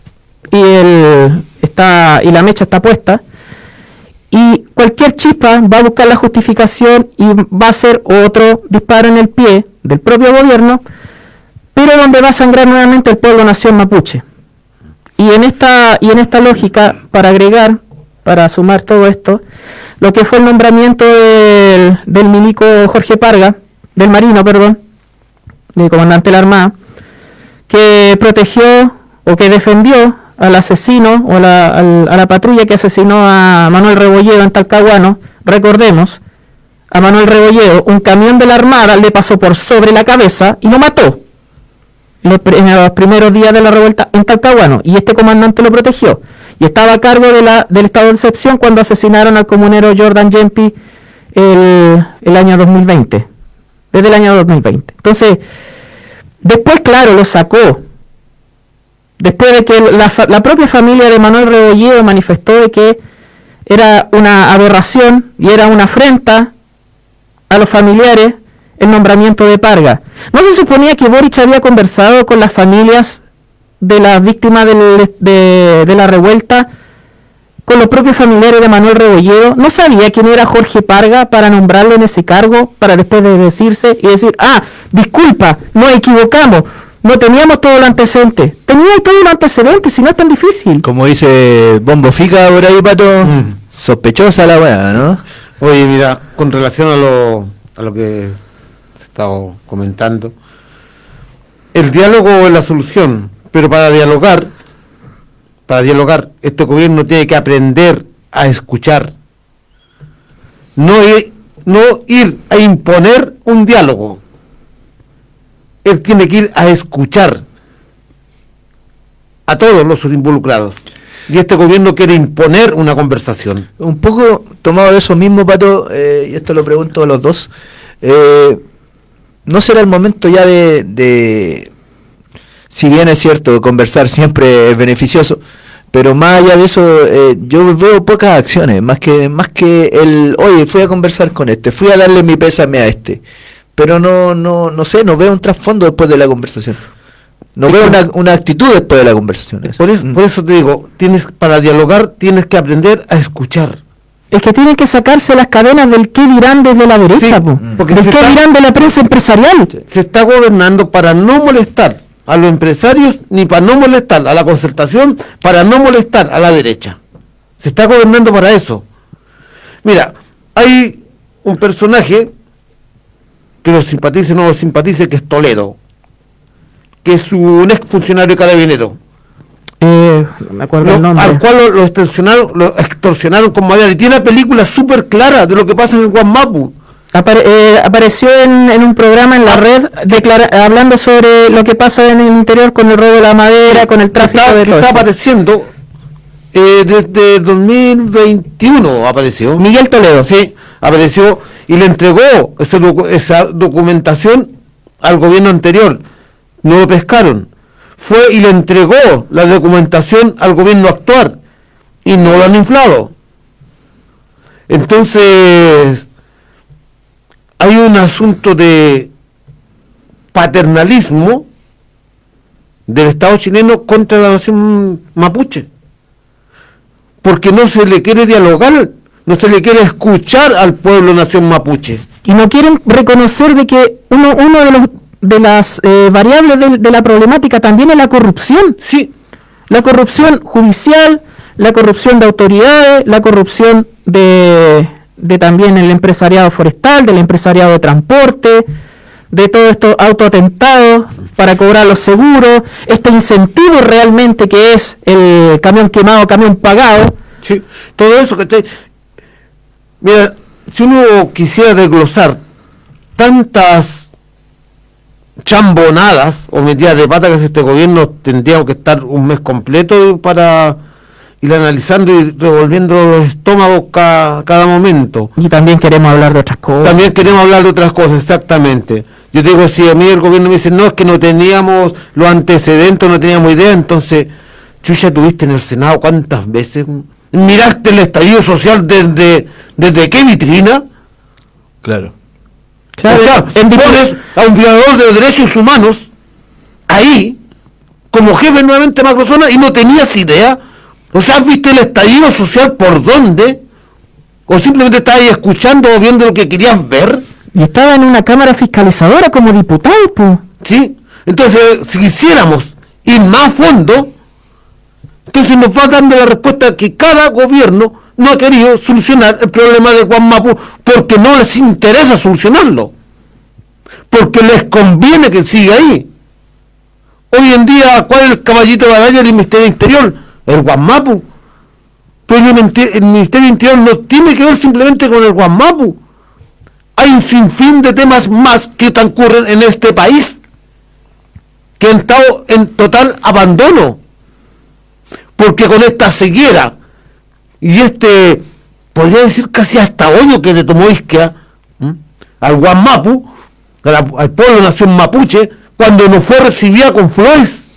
y la mecha está puesta, y cualquier chispa va a buscar la justificación y va a ser otro disparo en el pie del propio gobierno, pero donde va a sangrar nuevamente el pueblo nación mapuche. Y en esta lógica, para sumar todo esto, lo que fue el nombramiento del milico Jorge Parga, del marino, perdón, del comandante de la Armada, que protegió o que defendió al asesino o a la patrulla que asesinó a Manuel Rebolledo en Talcahuano. Recordemos, a Manuel Rebolledo un camión de la Armada le pasó por sobre la cabeza y lo mató en los primeros días de la revuelta en Talcahuano, y este comandante lo protegió y estaba a cargo del estado de excepción cuando asesinaron al comunero Jordan Yempi el año 2020, desde el año 2020. Entonces, después, claro, lo sacó. Después de que la propia familia de Manuel Rebolledo manifestó de que era una aberración y era una afrenta a los familiares el nombramiento de Parga. ¿No se suponía que Boric había conversado con las familias de las víctimas de la revuelta, con los propios familiares de Manuel Rebolledo? ¿No sabía quién era Jorge Parga para nombrarlo en ese cargo, para después de decir, disculpa, nos equivocamos, no teníamos todo el antecedente? Tenía todo el antecedente, si no es tan difícil. Como dice Bombo Fica por ahí, Pato, sospechosa la weá, ¿no? Oye, mira, con relación a lo que he estado comentando, el diálogo es la solución, pero para dialogar, este gobierno tiene que aprender a escuchar, no ir a imponer un diálogo. Él tiene que ir a escuchar a todos los involucrados. Y este gobierno quiere imponer una conversación. Un poco tomado de eso mismo, Pato, y esto lo pregunto a los dos, ¿no será el momento ya de si bien es cierto, conversar siempre es beneficioso, pero más allá de eso, yo veo pocas acciones, más que oye, fui a conversar con fui a darle mi pésame a pero no sé, no veo un trasfondo después de la conversación. No veo una actitud después de la conversación. Por eso te digo, para dialogar tienes que aprender a escuchar. Es que tienen que sacarse las cadenas del qué dirán desde la derecha, porque del qué dirán de la prensa empresarial. Se está gobernando para no molestar a los empresarios, ni para no molestar a la concertación, para no molestar a la derecha. Se está gobernando para eso. Mira, hay un personaje que los simpatice o no los simpatice, que es Toledo, que es un ex funcionario carabinero. No me acuerdo el nombre. Al cual lo extorsionaron con madera. Y tiene una película súper clara de lo que pasa en el Guamapu. Apareció en un programa en la red hablando sobre lo que pasa en el interior con el robo de la madera, con el tráfico de todo. Está apareciendo desde 2021 apareció. Miguel Toledo. Sí, apareció y le entregó esa documentación al gobierno anterior. No lo pescaron. Fue y le entregó la documentación al gobierno actual y no lo han inflado. Entonces hay un asunto de paternalismo del Estado chileno contra la nación mapuche, porque no se le quiere dialogar, no se le quiere escuchar al pueblo nación mapuche, y no quieren reconocer de que uno de las variables de la problemática también es la corrupción. Sí, la corrupción judicial, la corrupción de autoridades, la corrupción de también el empresariado forestal, del empresariado de transporte, de todos estos autoatentados para cobrar los seguros, este incentivo realmente que es el camión quemado, camión pagado. Sí, todo eso que mira, si uno quisiera desglosar tantas chambonadas o metidas de pata que hace este gobierno, tendríamos que estar un mes completo para ir analizando y revolviendo los estómagos cada momento. Y también queremos hablar de otras cosas. Exactamente. Yo digo, si a mí el gobierno me dice, no, es que no teníamos los antecedentes, no teníamos idea, entonces, chucha, tuviste en el Senado cuántas veces, miraste el estallido social desde qué vitrina. Claro. O sea, pones a un violador de los derechos humanos ahí, como jefe nuevamente de Macrozona, y no tenías idea. O sea, ¿viste el estallido social por dónde? ¿O simplemente estabas ahí escuchando o viendo lo que querías ver? Y estaba en una cámara fiscalizadora como diputado, pues. ¿Sí? Entonces, si quisiéramos ir más a fondo, entonces nos va dando la respuesta que cada gobierno no ha querido solucionar el problema del Guamapu porque no les interesa solucionarlo, porque les conviene que siga ahí. Hoy en día, ¿cuál es el caballito de batalla del Ministerio Interior? El Guamapu. Pues el Ministerio Interior no tiene que ver simplemente con el Guamapu. Hay un sinfín de temas más que transcurren en este país, que han estado en total abandono, porque con esta ceguera y podría decir casi hasta hoyo que le tomó Isquia al Guamapu, al pueblo de nación mapuche, cuando no fue recibida con flores,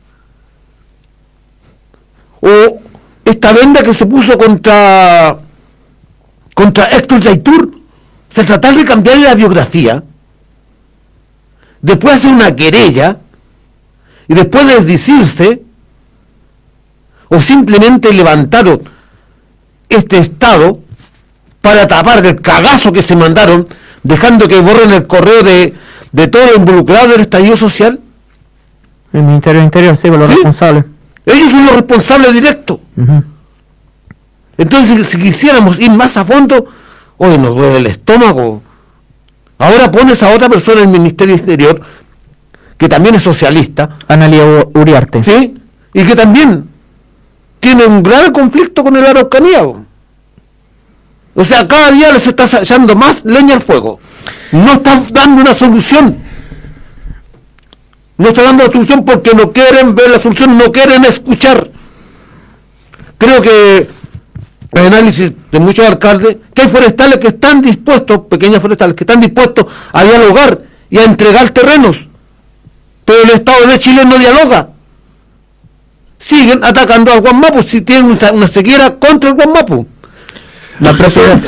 o esta venda que se puso contra Héctor Yaitur. O sea, tratar de cambiarle la biografía, después hacer una querella y después desdecirse, o simplemente levantaron este estado para tapar el cagazo que se mandaron, dejando que borren el correo de todo lo involucrado del estallido social. El Ministerio del Interior, sí, los responsables. Ellos son los responsables directos. Entonces, si quisiéramos ir más a fondo, hoy nos duele el estómago. Ahora pones a otra persona en el Ministerio Exterior, que también es socialista. Analía Uriarte. Sí, y que también tiene un grave conflicto con el Araucanía. O sea, cada día les está echando más leña al fuego. No está dando una solución. No está dando la solución porque no quieren ver la solución, no quieren escuchar. Creo que el análisis de muchos alcaldes, que hay forestales que están dispuestos, pequeñas forestales, que están dispuestos a dialogar y a entregar terrenos, pero el Estado de Chile no dialoga. Siguen atacando al Guamapu, si tienen una sequía contra el Guamapu. La propiedad,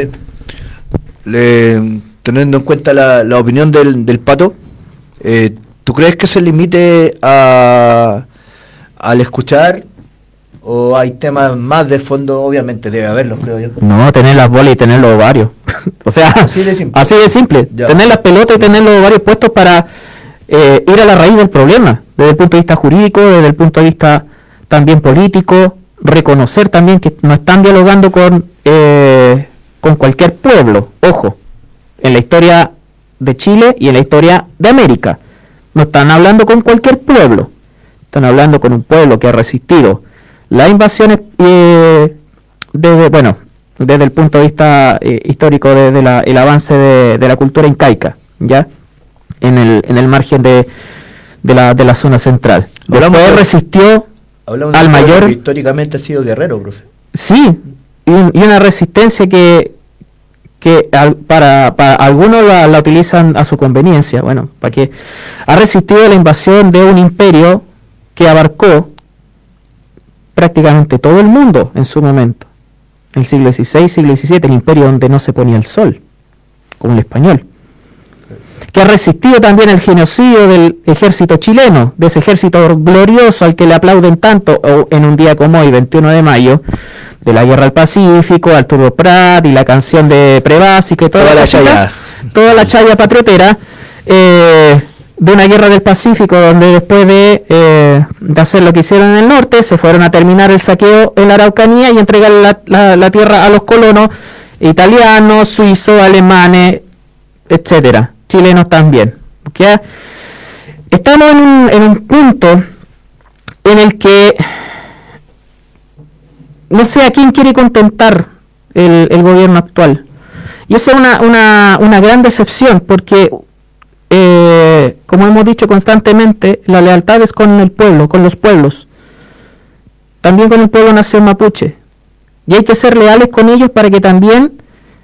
teniendo en cuenta la opinión del Pato, ¿tú crees que se limite al escuchar? ¿O hay temas más de fondo? Obviamente debe haberlos, creo yo. No, tener las bolas y tener los ovarios. O sea, así de simple. Tener las pelotas y tener los ovarios puestos para ir a la raíz del problema, desde el punto de vista jurídico, desde el punto de vista también político, reconocer también que no están dialogando con cualquier pueblo. Ojo, en la historia de Chile y en la historia de América, no están hablando con cualquier pueblo, están hablando con un pueblo que ha resistido las invasiones desde el punto de vista histórico, desde el avance de la cultura incaica, ya en el margen de la zona central. Después resistió al mayor, que históricamente ha sido guerrero, profe. Sí, y una resistencia que para algunos la utilizan a su conveniencia, bueno, para que ha resistido la invasión de un imperio que abarcó prácticamente todo el mundo en su momento, en el siglo XVI, siglo XVII, el imperio donde no se ponía el sol, como el español, que ha resistido también el genocidio del ejército chileno, de ese ejército glorioso al que le aplauden tanto en un día como hoy, 21 de mayo, de la Guerra del Pacífico, Arturo Prat y la canción de Prebásica y toda la chaya patriotera, de una guerra del Pacífico donde después de hacer lo que hicieron en el norte, se fueron a terminar el saqueo en la Araucanía y entregar la tierra a los colonos italianos, suizos, alemanes, etcétera, chilenos también. ¿Okay? Estamos en un punto en el que no sé a quién quiere contentar el gobierno actual, y esa es una gran decepción, porque como hemos dicho constantemente, la lealtad es con el pueblo, con los pueblos, también con el pueblo nación mapuche, y hay que ser leales con ellos para que también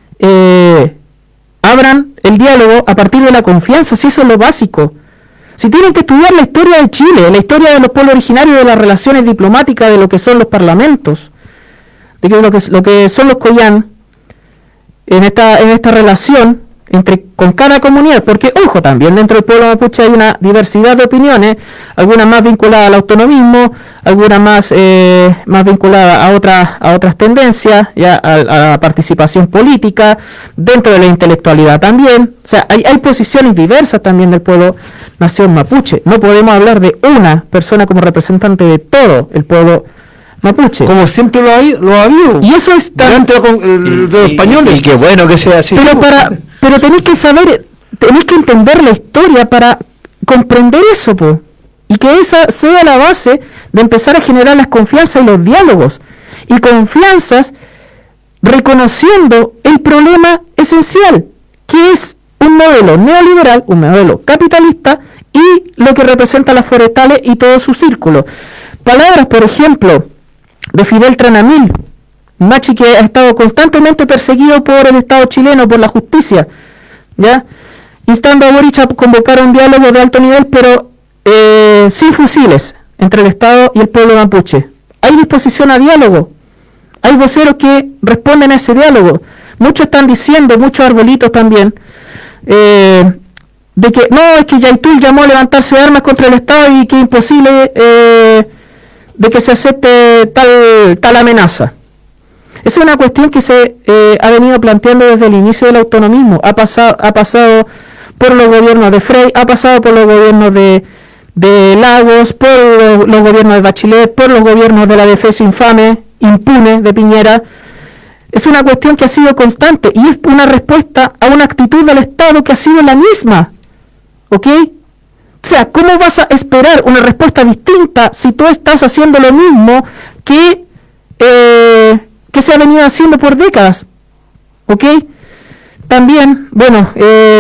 abran el diálogo a partir de la confianza, si eso es lo básico. Si tienen que estudiar la historia de Chile, la historia de los pueblos originarios, de las relaciones diplomáticas, de lo que son los parlamentos, de lo que son los Coyán, en esta relación con cada comunidad, porque ojo, también dentro del pueblo mapuche hay una diversidad de opiniones, algunas más vinculadas al autonomismo, algunas más vinculadas a otras tendencias, ya a la participación política, dentro de la intelectualidad también. O sea, hay posiciones diversas también del pueblo nación mapuche. No podemos hablar de una persona como representante de todo el pueblo mapuche. Como siempre lo ha habido. Y eso está de los españoles. Y qué bueno que sea así. Pero tenéis que saber, tenéis que entender la historia para comprender eso, po. Y que esa sea la base de empezar a generar las confianzas y los diálogos. Y confianzas reconociendo el problema esencial, que es un modelo neoliberal, un modelo capitalista y lo que representa las forestales y todo su círculo. Palabras, por ejemplo, de Fidel Tranamil, Machi, que ha estado constantemente perseguido por el Estado chileno, por la justicia, ¿ya? Instando a Boric a convocar un diálogo de alto nivel, pero sin fusiles, entre el Estado y el pueblo mapuche. Hay disposición a diálogo, hay voceros que responden a ese diálogo. Muchos están diciendo, muchos arbolitos también, de que no, es que Yaitul llamó a levantarse armas contra el Estado y que es imposible de que se acepte tal amenaza. Esa es una cuestión que se ha venido planteando desde el inicio del autonomismo. Ha pasado por los gobiernos de Frey, ha pasado por los gobiernos de Lagos, por los gobiernos de Bachelet, por los gobiernos de la defensa infame, impune de Piñera. Es una cuestión que ha sido constante y es una respuesta a una actitud del Estado que ha sido la misma. ¿Ok? O sea, ¿cómo vas a esperar una respuesta distinta si tú estás haciendo lo mismo que se ha venido haciendo por décadas? ¿Ok? También, bueno,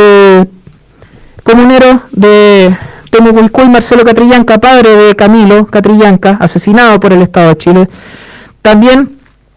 comunero de Temucuicui, Marcelo Catrillanca, padre de Camilo Catrillanca, asesinado por el Estado de Chile, también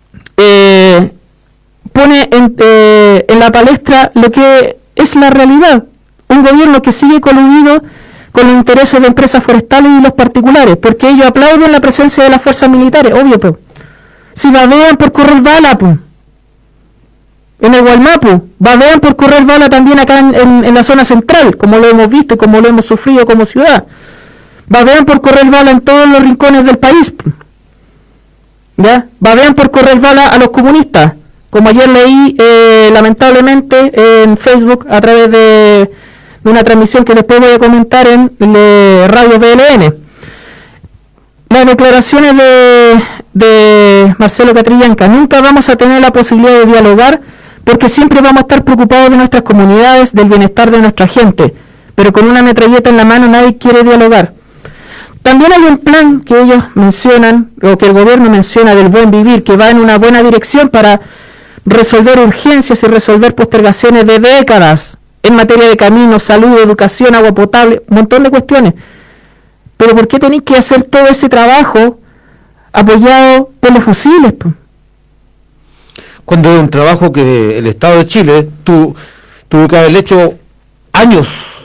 pone en la palestra lo que es la realidad. Un gobierno que sigue coludido con los intereses de empresas forestales y los particulares, porque ellos aplauden la presencia de las fuerzas militares, obvio, pues. Si babean por correr bala, pues. En el Gualmapu, babean por correr bala también acá en la zona central, como lo hemos visto y como lo hemos sufrido como ciudad. Babean por correr bala en todos los rincones del país, pues. ¿Ya? Babean por correr bala a los comunistas, como ayer leí lamentablemente en Facebook a través de una transmisión que después voy a comentar en Radio BLN. Las declaraciones de Marcelo Catrillanca: nunca vamos a tener la posibilidad de dialogar porque siempre vamos a estar preocupados de nuestras comunidades, del bienestar de nuestra gente, pero con una metralleta en la mano nadie quiere dialogar. También hay un plan que ellos mencionan, o que el gobierno menciona, del buen vivir, que va en una buena dirección para resolver urgencias y resolver postergaciones de décadas en materia de caminos, salud, educación, agua potable, un montón de cuestiones. Pero ¿por qué tenéis que hacer todo ese trabajo apoyado por los fusiles? Cuando es un trabajo que el Estado de Chile tuvo que haber hecho años,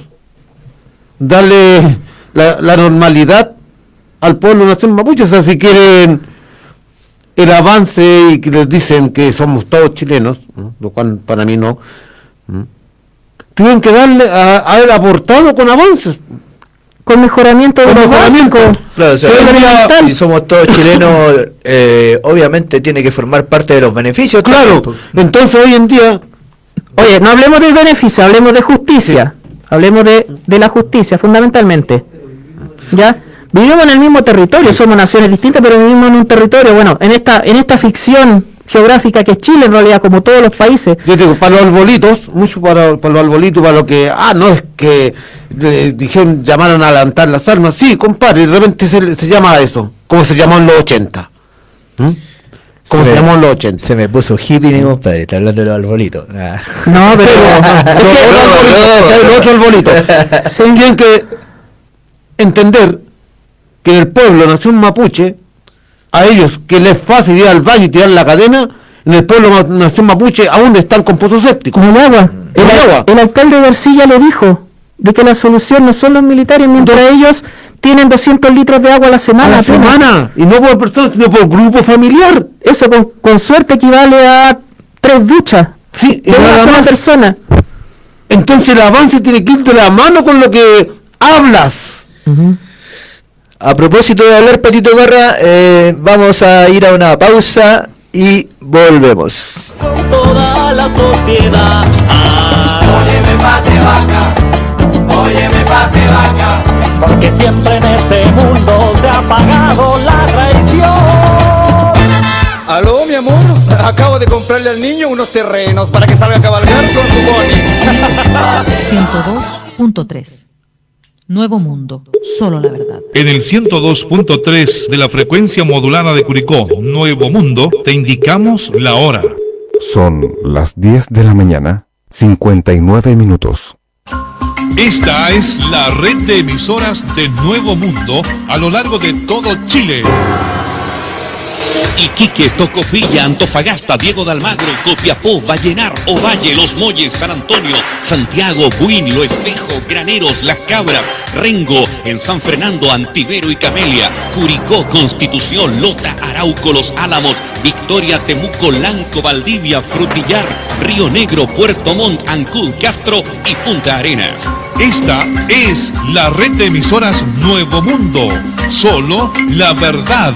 darle la normalidad al pueblo nación mapuche. O sea, si quieren el avance y que les dicen que somos todos chilenos, ¿no? Lo cual para mí no, tuvieron que haber aportado con avances, con mejoramiento de los básicos. Claro, o sea, si somos todos chilenos, obviamente tiene que formar parte de los beneficios. Claro, entonces hoy en día... Oye, no hablemos del beneficio, hablemos de justicia. Sí. Hablemos de la justicia, fundamentalmente. ¿Ya? Vivimos en el mismo territorio, somos naciones distintas, pero vivimos en un territorio, bueno, en esta ficción geográfica que es Chile, en realidad, como todos los países. Yo digo, para los arbolitos, mucho para los arbolitos, para lo que, no es que dijeron, llamaron a levantar las armas, sí, compadre, y de repente se llama a eso, como se llamó en los 80. Como se llamó en los 80. Se me puso hippie, mi compadre, está hablando de los arbolitos. No, pero... los otros arbolitos. Sí. Tienen que entender que en el pueblo nación mapuche, a ellos que les es fácil ir al baño y tirar la cadena, en el pueblo nación mapuche aún están con pozos sépticos. Como el agua. El alcalde de Ercilla lo dijo, de que la solución no son los militares, mientras ellos tienen 200 litros de agua a la semana. Y no por personas, sino por grupo familiar. Eso con suerte equivale a 3 duchas. Sí, de una sola persona. Entonces el avance tiene que ir de la mano con lo que hablas. A propósito de hablar, Patito Barra, vamos a ir a una pausa y volvemos. Con toda la sociedad. Óyeme, pate vaca, óyeme, pate vaca, porque siempre en este mundo se ha pagado la traición. Aló, mi amor, acabo de comprarle al niño unos terrenos para que salga a cabalgar con su pony. 102.3 Nuevo Mundo, solo la verdad. En el 102.3 de la frecuencia modulada de Curicó, Nuevo Mundo, te indicamos la hora. Son las 10 de la mañana, 59 minutos. Esta es la red de emisoras de Nuevo Mundo a lo largo de todo Chile. Iquique, Tocopilla, Antofagasta, Diego de Almagro, Copiapó, Vallenar, Ovalle, Los Molles, San Antonio, Santiago, Buin, Lo Espejo, Graneros, Las Cabras, Rengo, en San Fernando, Antivero y Camelia, Curicó, Constitución, Lota, Arauco, Los Álamos, Victoria, Temuco, Lanco, Valdivia, Frutillar, Río Negro, Puerto Montt, Ancud, Castro y Punta Arenas. Esta es la red de emisoras Nuevo Mundo, solo la verdad.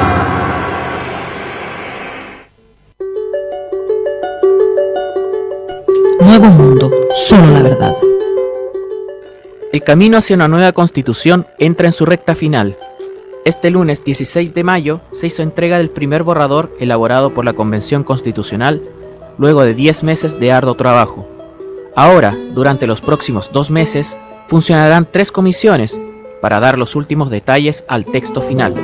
Nuevo Mundo, solo la verdad. El camino hacia una nueva constitución entra en su recta final. Este lunes 16 de mayo se hizo entrega del primer borrador elaborado por la Convención Constitucional luego de 10 meses de arduo trabajo. Ahora, durante los próximos 2 meses, funcionarán 3 comisiones para dar los últimos detalles al texto final.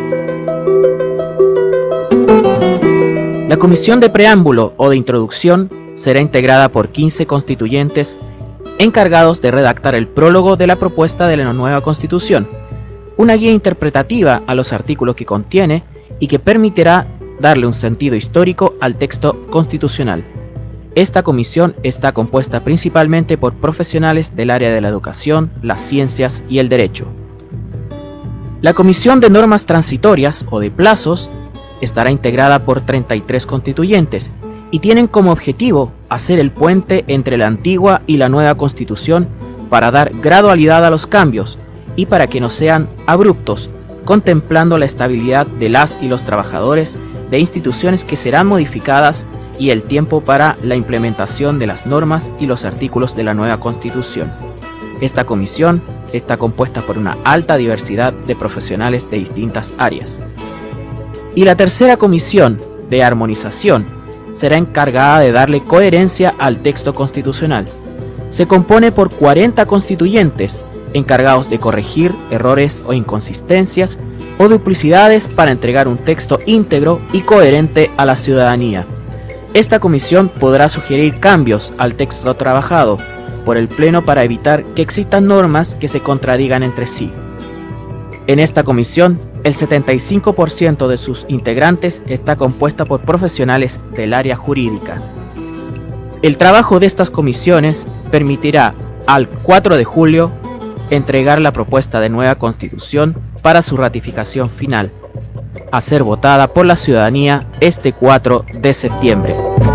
La comisión de preámbulo o de introducción será integrada por 15 constituyentes encargados de redactar el prólogo de la propuesta de la nueva Constitución, una guía interpretativa a los artículos que contiene y que permitirá darle un sentido histórico al texto constitucional. Esta comisión está compuesta principalmente por profesionales del área de la educación, las ciencias y el derecho. La comisión de normas transitorias o de plazos estará integrada por 33 constituyentes y tienen como objetivo hacer el puente entre la antigua y la nueva Constitución para dar gradualidad a los cambios y para que no sean abruptos, contemplando la estabilidad de las y los trabajadores de instituciones que serán modificadas y el tiempo para la implementación de las normas y los artículos de la nueva Constitución. Esta comisión está compuesta por una alta diversidad de profesionales de distintas áreas. Y la tercera comisión de armonización será encargada de darle coherencia al texto constitucional. Se compone por 40 constituyentes encargados de corregir errores o inconsistencias o duplicidades para entregar un texto íntegro y coherente a la ciudadanía. Esta comisión podrá sugerir cambios al texto trabajado por el Pleno para evitar que existan normas que se contradigan entre sí. En esta comisión, el 75% de sus integrantes está compuesta por profesionales del área jurídica. El trabajo de estas comisiones permitirá al 4 de julio entregar la propuesta de nueva Constitución para su ratificación final, a ser votada por la ciudadanía este 4 de septiembre.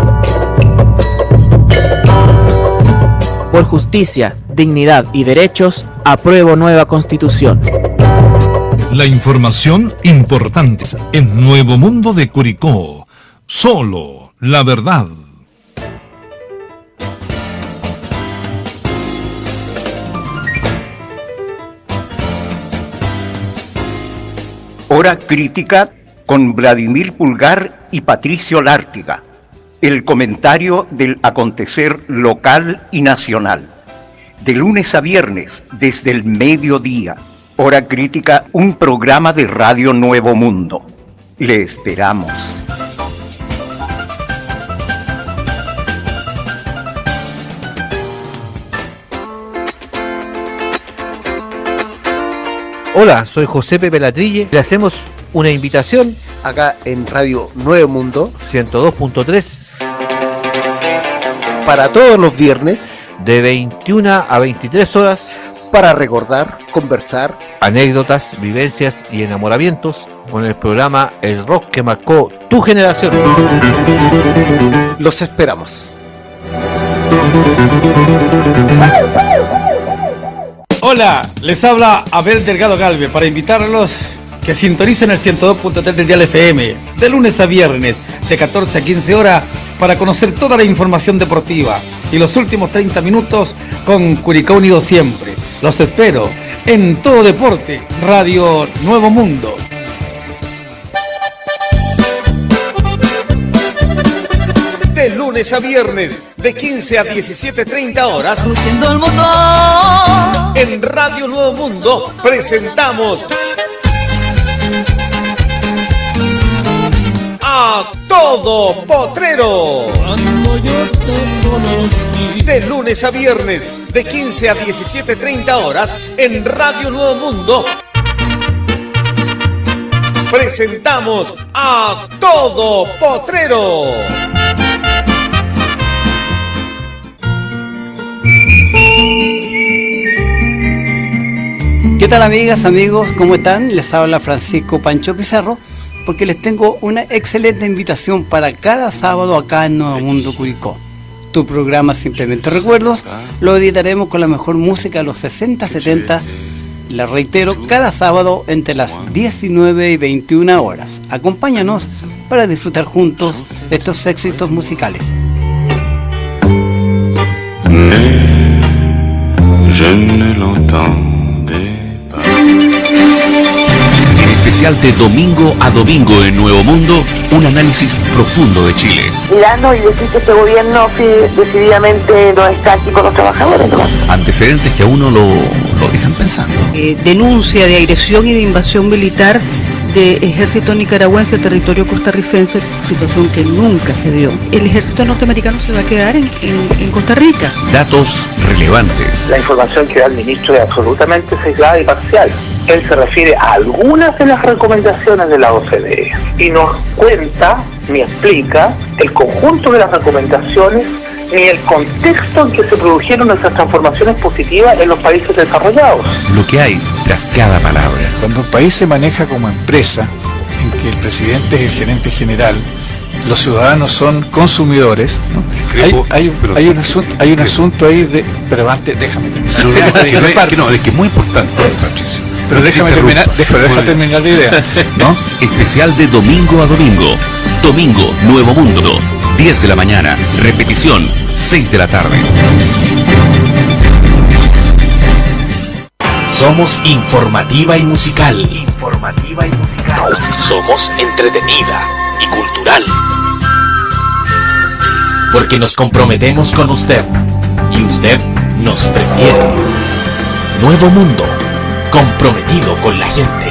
Por justicia, dignidad y derechos, apruebo nueva Constitución. La información importante en Nuevo Mundo de Curicó, solo la verdad. Hora crítica con Vladimir Pulgar y Patricio Lártiga. El comentario del acontecer local y nacional. De lunes a viernes, desde el mediodía. Hora crítica, un programa de Radio Nuevo Mundo. Le esperamos. Hola, soy José Pepe Latrille. Le hacemos una invitación acá en Radio Nuevo Mundo 102.3 para todos los viernes de 21 a 23 horas para recordar, conversar, anécdotas, vivencias y enamoramientos con el programa El Rock que marcó tu generación. Los esperamos. Hola, les habla Abel Delgado Galve para invitarlos que sintonicen el 102.3 del dial FM de lunes a viernes de 14 a 15 horas para conocer toda la información deportiva y los últimos 30 minutos con Curicó Unido siempre. Los espero en Todo Deporte, Radio Nuevo Mundo. De lunes a viernes, de 15 a 17:30 horas, el motor. En Radio Nuevo Mundo presentamos a Todo Potrero. De lunes a viernes, de 15 a 17:30 horas, en Radio Nuevo Mundo presentamos a Todo Potrero. ¿Qué tal, amigas, amigos? ¿Cómo están? Les habla Francisco Pancho Pizarro, porque les tengo una excelente invitación para cada sábado acá en Nuevo Mundo Curicó. Tu programa Simplemente Recuerdos lo editaremos con la mejor música de los 60, 70. Les reitero, cada sábado entre las 19 y 21 horas. Acompáñanos para disfrutar juntos de estos éxitos musicales. Je ne l'entendais pas. En especial de domingo a domingo en Nuevo Mundo, un análisis profundo de Chile. Mirando y decir que este gobierno decididamente no está aquí con los trabajadores, ¿no? Antecedentes que a uno lo dejan pensando. Denuncia de agresión y de invasión militar de ejército nicaragüense al territorio costarricense, situación que nunca se dio. El ejército norteamericano se va a quedar en Costa Rica. Datos relevantes. La información que da el ministro es absolutamente sesgada y parcial. Él se refiere a algunas de las recomendaciones de la OCDE y nos cuenta ni explica el conjunto de las recomendaciones ni el contexto en que se produjeron esas transformaciones positivas en los países desarrollados. Lo que hay tras cada palabra. Cuando un país se maneja como empresa, en que el presidente es el gerente general, los ciudadanos son consumidores, ¿no? Hay un asunto ahí de... Pero antes, déjame terminar. Es que es muy importante, Patricio. Pero déjame terminar la idea, ¿no? Especial de domingo a domingo. Domingo, Nuevo Mundo, 10 de la mañana. Repetición, 6 de la tarde. Somos informativa y musical. Somos entretenida y cultural. Porque nos comprometemos con usted y usted nos prefiere. Nuevo Mundo, comprometido con la gente.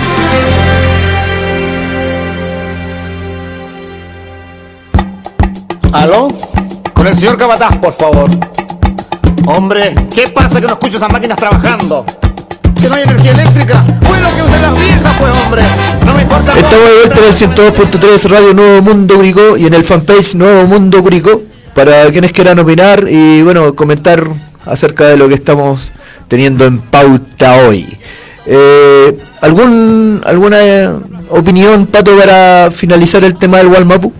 ¿Aló? Con el señor Capataz, por favor. Hombre, ¿qué pasa que no escucho esas máquinas trabajando? ¿Que no hay energía eléctrica? Bueno, que usen las viejas, pues, hombre. No me importa. Estamos de vuelta en el 102.3 Radio Nuevo Mundo Curicó y en el fanpage Nuevo Mundo Curicó para quienes quieran opinar y, bueno, comentar acerca de lo que estamos teniendo en pauta hoy. ¿Alguna opinión, Pato, para finalizar el tema del Gualmapu?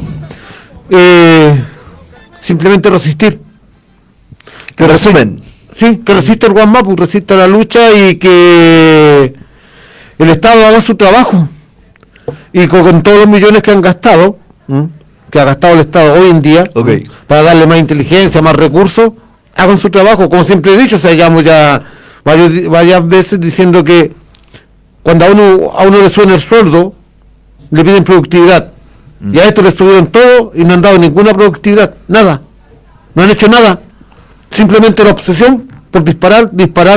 Simplemente resistir. Que resumen. Sí, que resista el Gualmapu, resista la lucha y que el Estado haga su trabajo. Y con todos los millones que han gastado, que ha gastado el Estado hoy en día, para darle más inteligencia, más recursos, hagan su trabajo. Como siempre he dicho, llevamos ya varias veces diciendo que cuando a uno le suena el sueldo, le piden productividad. Y a esto le subieron todo y no han dado ninguna productividad, nada. No han hecho nada. Simplemente la obsesión por disparar.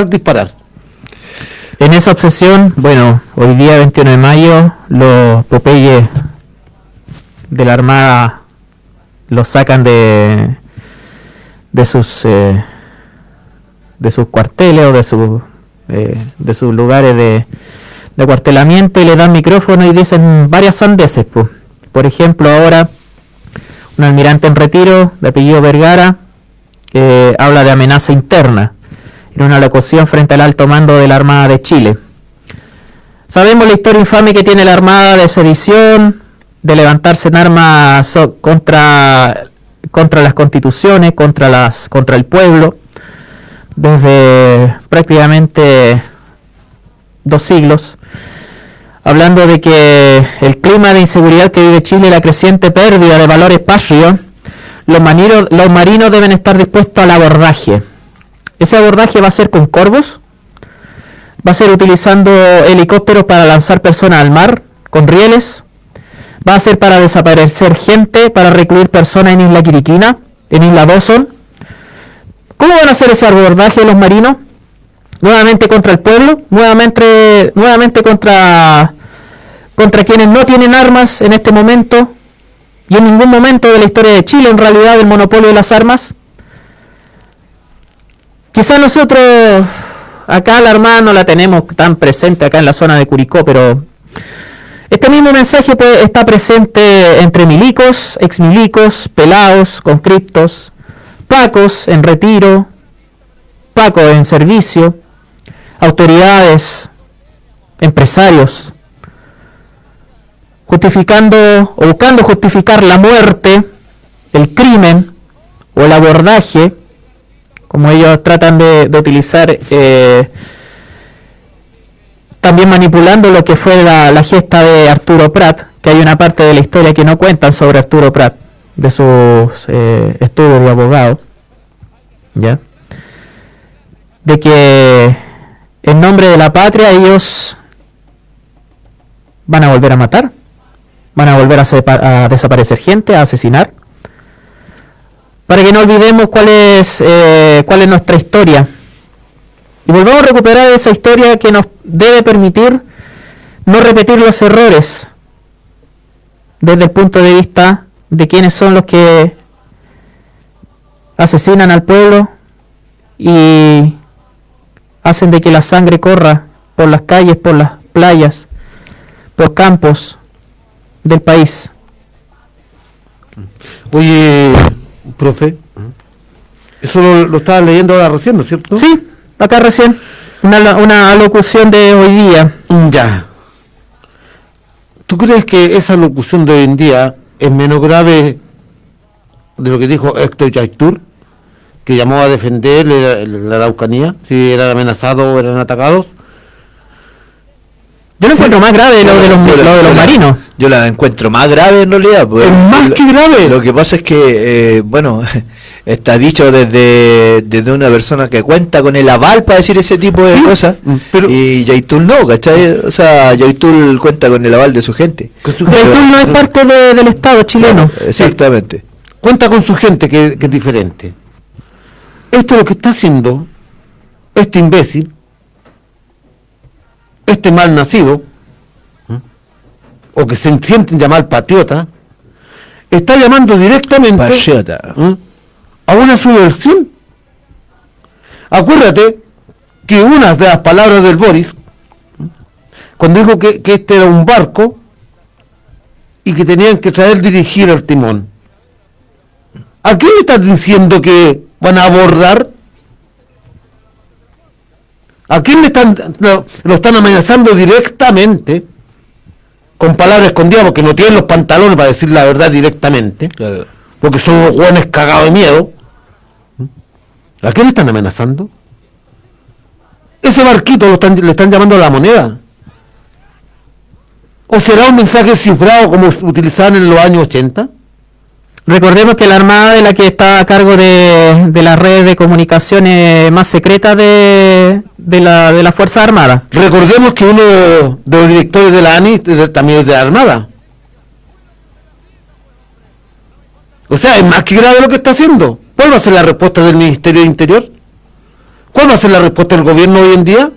En esa obsesión, bueno, hoy día 21 de mayo, los Popeyes de la Armada los sacan de sus cuarteles o de sus lugares de acuartelamiento y le dan micrófono y dicen varias sandeces, pues. Por ejemplo, ahora un almirante en retiro de apellido Vergara habla de amenaza interna en una locución frente al alto mando de la Armada de Chile. Sabemos la historia infame que tiene la Armada de sedición, de levantarse en armas contra las constituciones, contra el pueblo, desde prácticamente 2 siglos, hablando de que el clima de inseguridad que vive Chile y la creciente pérdida de valores patrios, los marinos deben estar dispuestos al abordaje. Ese abordaje va a ser con corvos, va a ser utilizando helicópteros para lanzar personas al mar, con rieles, va a ser para desaparecer gente, para recluir personas en Isla Quiriquina, en Isla Dawson. ¿Cómo van a hacer ese abordaje de los marinos? Nuevamente contra el pueblo, nuevamente contra quienes no tienen armas en este momento, y en ningún momento de la historia de Chile, en realidad, el monopolio de las armas. Quizás nosotros, acá la Armada no la tenemos tan presente acá en la zona de Curicó, pero este mismo mensaje está presente entre milicos, exmilicos, pelados, conscriptos, pacos en retiro, pacos en servicio, autoridades, empresarios, justificando o buscando justificar la muerte, el crimen o el abordaje, como ellos tratan de utilizar, también manipulando lo que fue la gesta de Arturo Prat, que hay una parte de la historia que no cuentan sobre Arturo Prat, de sus estudios de abogado, ¿ya? De que en nombre de la patria ellos van a volver a matar, van a volver a desaparecer gente, a asesinar, para que no olvidemos cuál es nuestra historia y volvamos a recuperar esa historia que nos debe permitir no repetir los errores desde el punto de vista de quiénes son los que asesinan al pueblo y hacen de que la sangre corra por las calles, por las playas, por campos del país. Oye, profe, eso lo estaba leyendo ahora recién, ¿no es cierto? Sí, acá recién, una alocución de hoy día. Ya. ¿Tú crees que esa locución de hoy en día es menos grave de lo que dijo Héctor Yaitur, que llamó a defender la Araucanía, si eran amenazados o eran atacados? Yo lo encuentro más grave lo de los marinos. Yo la encuentro más grave en realidad. Es más que grave. Lo que pasa es que, está dicho desde una persona que cuenta con el aval para decir ese tipo de cosas, y Yaitul no, ¿cachai? O sea, Yaitul cuenta con el aval de su gente. Yaitul no es parte del Estado chileno. Exactamente. Sí. Cuenta con su gente, que es diferente. Esto es lo que está haciendo este imbécil, este mal nacido, o que se sienten llamar patriota, está llamando directamente a una subversión. Acuérdate que una de las palabras del Boris, cuando dijo que este era un barco y que tenían que dirigir el timón, ¿a qué le estás diciendo que van a abordar? ¿A quién lo están amenazando directamente, con palabras escondidas, porque no tienen los pantalones para decir la verdad directamente, claro, porque son unos hueones cagados de miedo? ¿A quién le están amenazando? Ese barquito le están llamando La Moneda. ¿O será un mensaje cifrado como utilizaban en los años 80? Recordemos que la Armada es la que está a cargo de las redes de comunicaciones más secretas de la Fuerza Armada. Recordemos que uno de los directores de la ANI también es de la Armada. O sea, es más que grave lo que está haciendo. ¿Cuál va a ser la respuesta del Ministerio de Interior? ¿Cuál va a ser la respuesta del gobierno hoy en día?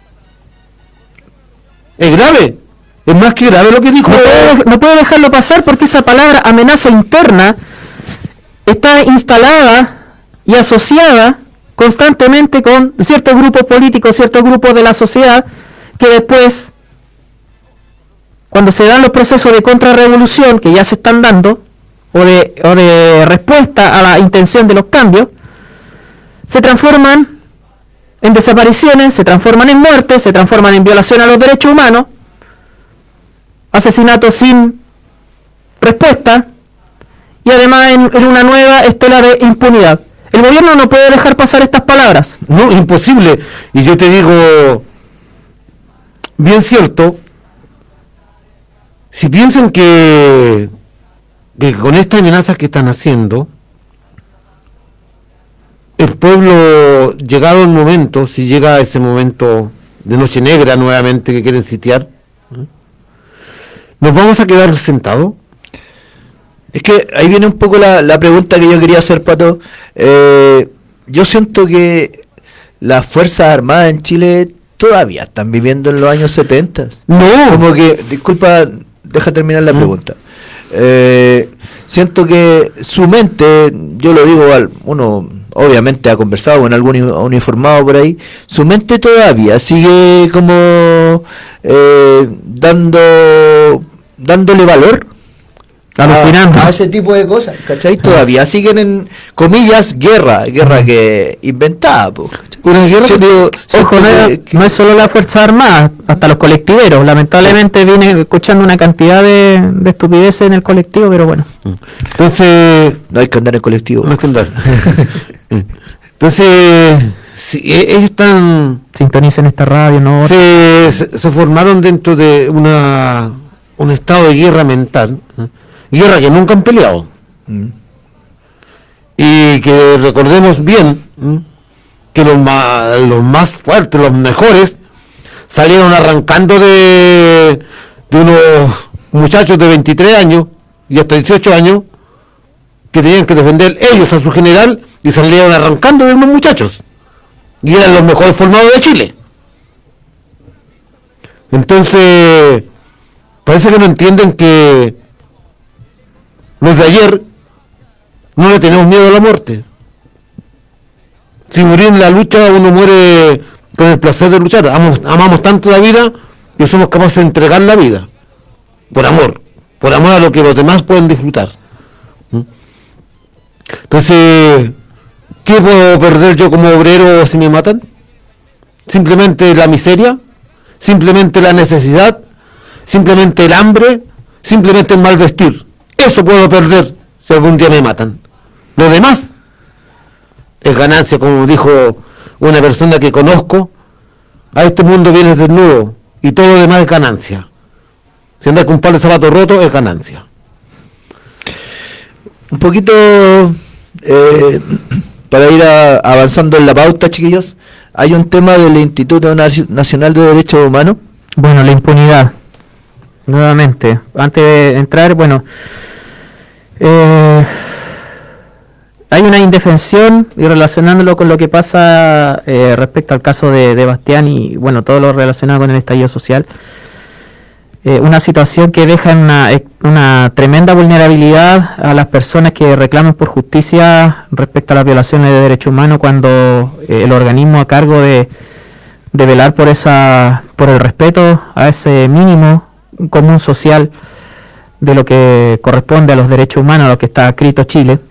Es grave. Es más que grave lo que dijo. No puedo dejarlo pasar, porque esa palabra amenaza interna está instalada y asociada constantemente con ciertos grupos políticos, ciertos grupos de la sociedad, que después, cuando se dan los procesos de contrarrevolución que ya se están dando, o de respuesta a la intención de los cambios, se transforman en desapariciones, se transforman en muertes, se transforman en violación a los derechos humanos, asesinatos sin respuesta, y además en una nueva estela de impunidad. El gobierno no puede dejar pasar estas palabras. No, imposible. Y yo te digo, bien cierto, si piensan que con estas amenazas que están haciendo, el pueblo, llegado el momento, si llega ese momento de noche negra nuevamente que quieren sitiar, ¿nos vamos a quedar sentados? Es que ahí viene un poco la pregunta que yo quería hacer, Pato. Yo siento que las Fuerzas Armadas en Chile todavía están viviendo en los años 70. No. Como que, disculpa, deja terminar la pregunta. Siento que su mente, yo lo digo, uno obviamente ha conversado con algún uniformado por ahí, su mente todavía sigue como dándole valor a ese tipo de cosas, ¿cachai? Todavía siguen en, comillas, guerra que inventada, una guerra no es solo la Fuerza Armada, hasta los colectiveros. Lamentablemente viene escuchando una cantidad de estupideces en el colectivo, pero bueno. Entonces, no hay que andar en colectivo. No hay que andar. Entonces, si ellos están... Sintonicen esta radio, ¿no? Se formaron dentro de un estado de guerra mental, guerra que nunca han peleado. Y que recordemos bien que los más fuertes, los mejores, salieron arrancando de unos muchachos de 23 años y hasta 18 años que tenían que defender ellos a su general, y salieron arrancando de unos muchachos y eran los mejores formados de Chile. Entonces parece que no entienden que los de ayer no le tenemos miedo a la muerte. Si morir en la lucha, uno muere con el placer de luchar. Amamos tanto la vida que somos capaces de entregar la vida por amor a lo que los demás pueden disfrutar. Entonces, ¿qué puedo perder yo como obrero si me matan? Simplemente la miseria, simplemente la necesidad, simplemente el hambre, simplemente el mal vestir. Eso puedo perder si algún día me matan. Lo demás es ganancia, como dijo una persona que conozco. A este mundo vienes desnudo y todo lo demás es ganancia. Si andas con un par de zapatos rotos es ganancia. Un poquito para ir avanzando en la pauta, chiquillos, hay un tema del Instituto Nacional de Derechos Humanos. Bueno, la impunidad. Nuevamente, antes de entrar, bueno, hay una indefensión, y relacionándolo con lo que pasa respecto al caso de Bastián y bueno, todo lo relacionado con el estallido social, una situación que deja una tremenda vulnerabilidad a las personas que reclaman por justicia respecto a las violaciones de derechos humanos, cuando el organismo a cargo de velar por el respeto a ese mínimo común social de lo que corresponde a los derechos humanos, a lo que está escrito Chile,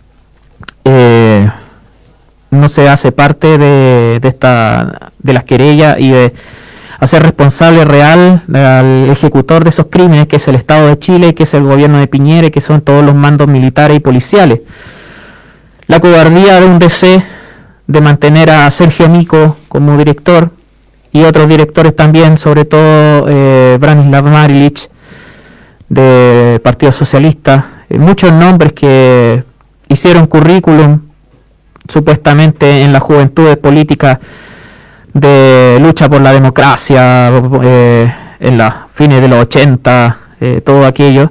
no se hace parte de las querellas y de hacer responsable real al ejecutor de esos crímenes, que es el Estado de Chile, que es el gobierno de Piñera, y que son todos los mandos militares y policiales. La cobardía de un DC de mantener a Sergio Mico como director, y otros directores también, sobre todo Branislav Marilich del Partido Socialista, muchos nombres que hicieron currículum supuestamente en las juventudes políticas de lucha por la democracia en los fines de los 80, todo aquello.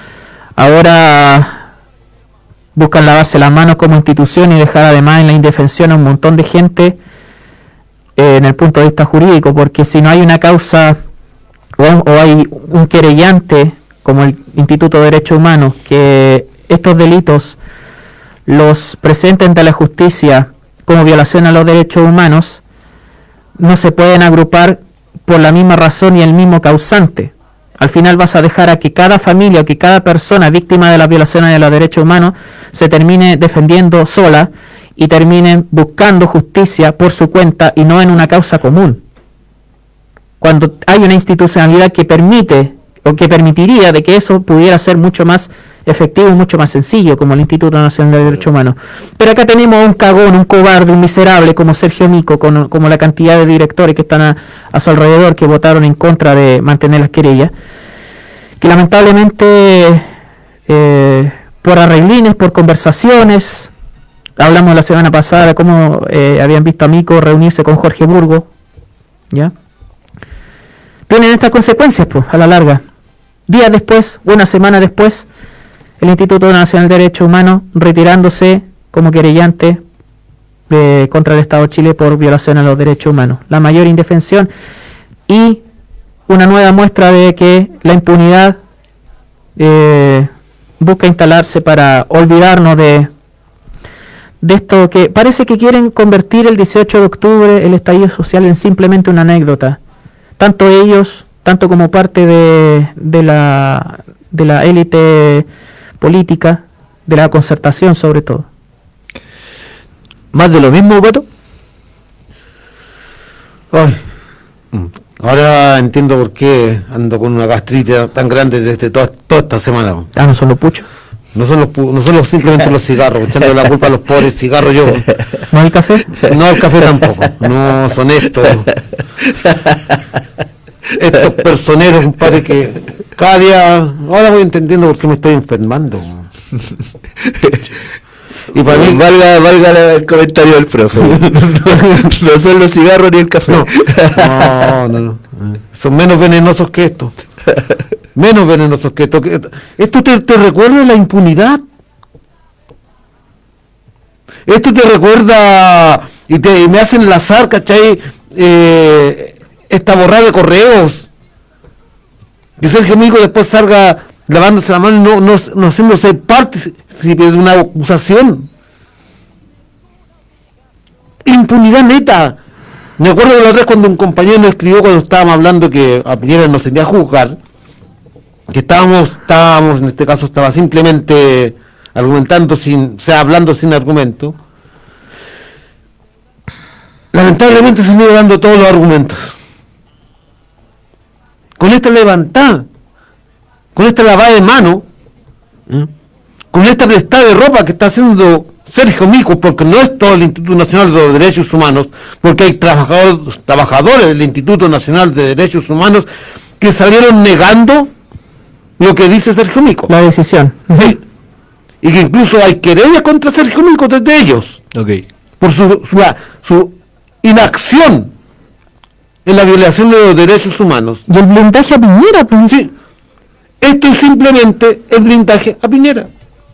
Ahora buscan lavarse las manos como institución y dejar además en la indefensión a un montón de gente en el punto de vista jurídico, porque si no hay una causa o hay un querellante como el Instituto de Derechos Humanos que estos delitos los presenten ante la justicia como violación a los derechos humanos, no se pueden agrupar por la misma razón y el mismo causante. Al final vas a dejar a que cada familia o que cada persona víctima de las violaciones de los derechos humanos se termine defendiendo sola y termine buscando justicia por su cuenta y no en una causa común. Cuando hay una institucionalidad que permite o que permitiría de que eso pudiera ser mucho más efectivo y mucho más sencillo, como el Instituto Nacional de Derechos Humanos. Pero acá tenemos un cagón, un cobarde, un miserable como Sergio Mico, como la cantidad de directores que están a su alrededor, que votaron en contra de mantener las querellas, que lamentablemente por arreglines, por conversaciones, hablamos la semana pasada de cómo habían visto a Mico reunirse con Jorge Burgo, ¿ya? Tienen estas consecuencias, pues, a la larga. Días después, una semana después, el Instituto Nacional de Derechos Humanos retirándose como querellante contra el Estado de Chile por violación a los derechos humanos. La mayor indefensión y una nueva muestra de que la impunidad busca instalarse para olvidarnos de esto, que parece que quieren convertir el 18 de octubre, el estallido social, en simplemente una anécdota. Tanto ellos, tanto como parte de la élite política, de la concertación sobre todo. ¿Más de lo mismo, Pato? Ahora entiendo por qué ando con una gastritis tan grande desde toda esta semana. ¿No son los puchos? No son simplemente los cigarros, echándole la culpa a los pobres cigarros yo. ¿No hay café? No, el café tampoco. No son estos personeros, compadre, que cada día, ahora voy entendiendo por qué me estoy enfermando. Y para mí, valga el comentario del profe. No son los cigarros ni el café. No. Son menos venenosos que esto. Menos venenosos que esto. Esto te recuerda la impunidad. Esto te recuerda y me hace enlazar, ¿cachai? Esta borrada de correos. Que Sergio Mico después salga lavándose la mano, no haciéndose partícipe de una acusación. Impunidad neta. Me acuerdo de la otra vez cuando un compañero me escribió cuando estábamos hablando que a Piñera no se tenía a juzgar, que estábamos, en este caso estaba simplemente argumentando hablando sin argumento. Lamentablemente se han ido dando todos los argumentos. Con esta levantada, con esta lavada de mano, con esta prestada de ropa que está haciendo Sergio Mico, porque no es todo el Instituto Nacional de Derechos Humanos, porque hay trabajadores del Instituto Nacional de Derechos Humanos que salieron negando lo que dice Sergio Mico. La decisión. Sí. Y que incluso hay querellas contra Sergio Mico desde ellos. Okay. Por su inacción en la violación de los derechos humanos. Y el blindaje a Piñera, pues. Sí. Esto es simplemente el blindaje a Piñera.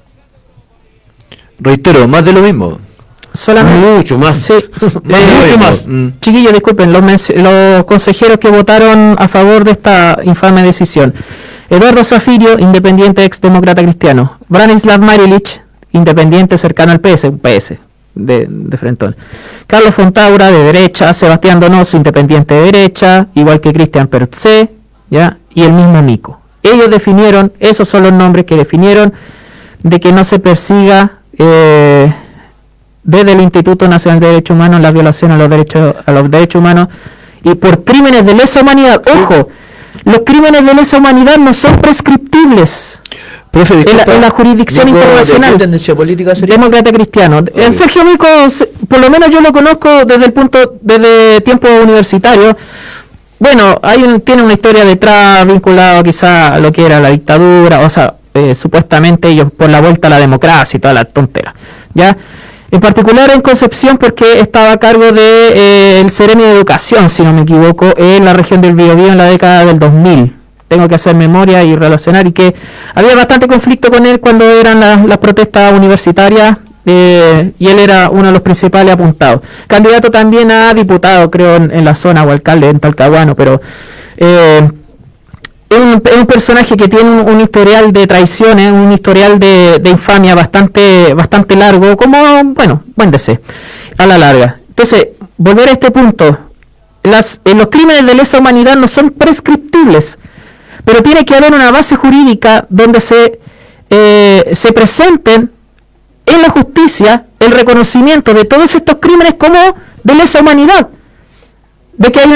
Reitero, más de lo mismo. Solamente mucho más. Sí. Mucho más. Chiquillos, disculpen, los consejeros que votaron a favor de esta infame decisión: Eduardo Zafirio, independiente exdemócrata cristiano; Branislav Marilich, independiente cercano al PS, un PS de frentón; Carlos Fontaura, de derecha; Sebastián Donoso, independiente de derecha, igual que Cristian Pertze, ¿ya? Y el mismo Mico. Ellos definieron, esos son los nombres que definieron, de que no se persiga desde el Instituto Nacional de Derechos Humanos la violación a los derechos humanos y por crímenes de lesa humanidad. Ojo, los crímenes de lesa humanidad no son prescriptibles. Profe, disculpa, en la jurisdicción internacional. ¿De qué tendencia política sería? Demócrata cristiano. Okay. Sergio Mico, por lo menos yo lo conozco desde tiempo universitario. Bueno, tiene una historia detrás vinculada quizá a lo que era la dictadura, o sea, supuestamente ellos por la vuelta a la democracia y toda la tontera, ¿ya? En particular en Concepción, porque estaba a cargo de el Seremi de Educación, si no me equivoco, en la región del Biobío en la década del 2000. Tengo que hacer memoria y relacionar, y que había bastante conflicto con él cuando eran las protestas universitarias, y él era uno de los principales apuntados. Candidato también a diputado, creo, en la zona, o alcalde en Talcahuano, pero es un personaje que tiene un historial de traiciones, un historial de infamia bastante largo, como, bueno, buen deseo, a la larga. Entonces, volver a este punto, los crímenes de lesa humanidad no son prescriptibles, pero tiene que haber una base jurídica donde se presenten en la justicia el reconocimiento de todos estos crímenes como de lesa humanidad, de que hay una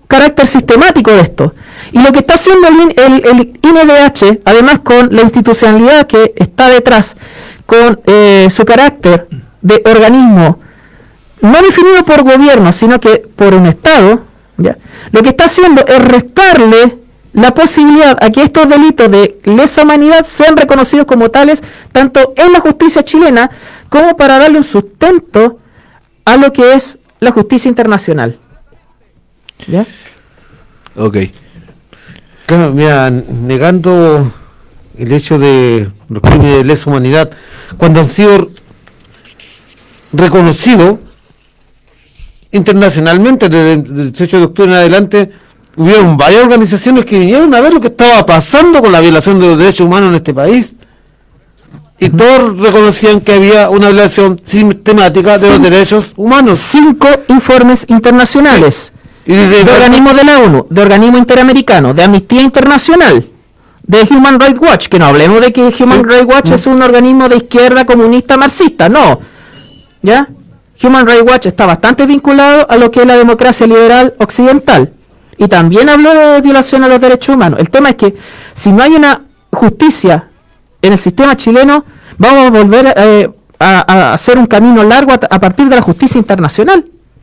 carácter sistemático de esto. Y lo que está haciendo el INDH, además con la institucionalidad que está detrás, con su carácter de organismo no definido por gobierno, sino que por un Estado, ¿ya? Lo que está haciendo es restarle la posibilidad a que estos delitos de lesa humanidad sean reconocidos como tales, tanto en la justicia chilena como para darle un sustento a lo que es la justicia internacional. ¿Ya? Ok. Claro, mira, negando el hecho de los crímenes de lesa humanidad, cuando han sido reconocidos internacionalmente desde el 18 de octubre en adelante, hubieron varias organizaciones que vinieron a ver lo que estaba pasando con la violación de los derechos humanos en este país, y todos reconocían que había una violación sistemática de los derechos humanos. 5 informes internacionales, de organismos de la ONU, de organismos interamericanos, de Amnistía Internacional, de Human Rights Watch, que no hablemos de que Human Rights Watch es un organismo de izquierda comunista marxista, no, ¿ya? Human Rights Watch está bastante vinculado a lo que es la democracia liberal occidental, y también habló de violación a los derechos humanos. El tema es que si no hay una justicia en el sistema chileno, vamos a volver a hacer un camino largo a partir de la justicia internacional.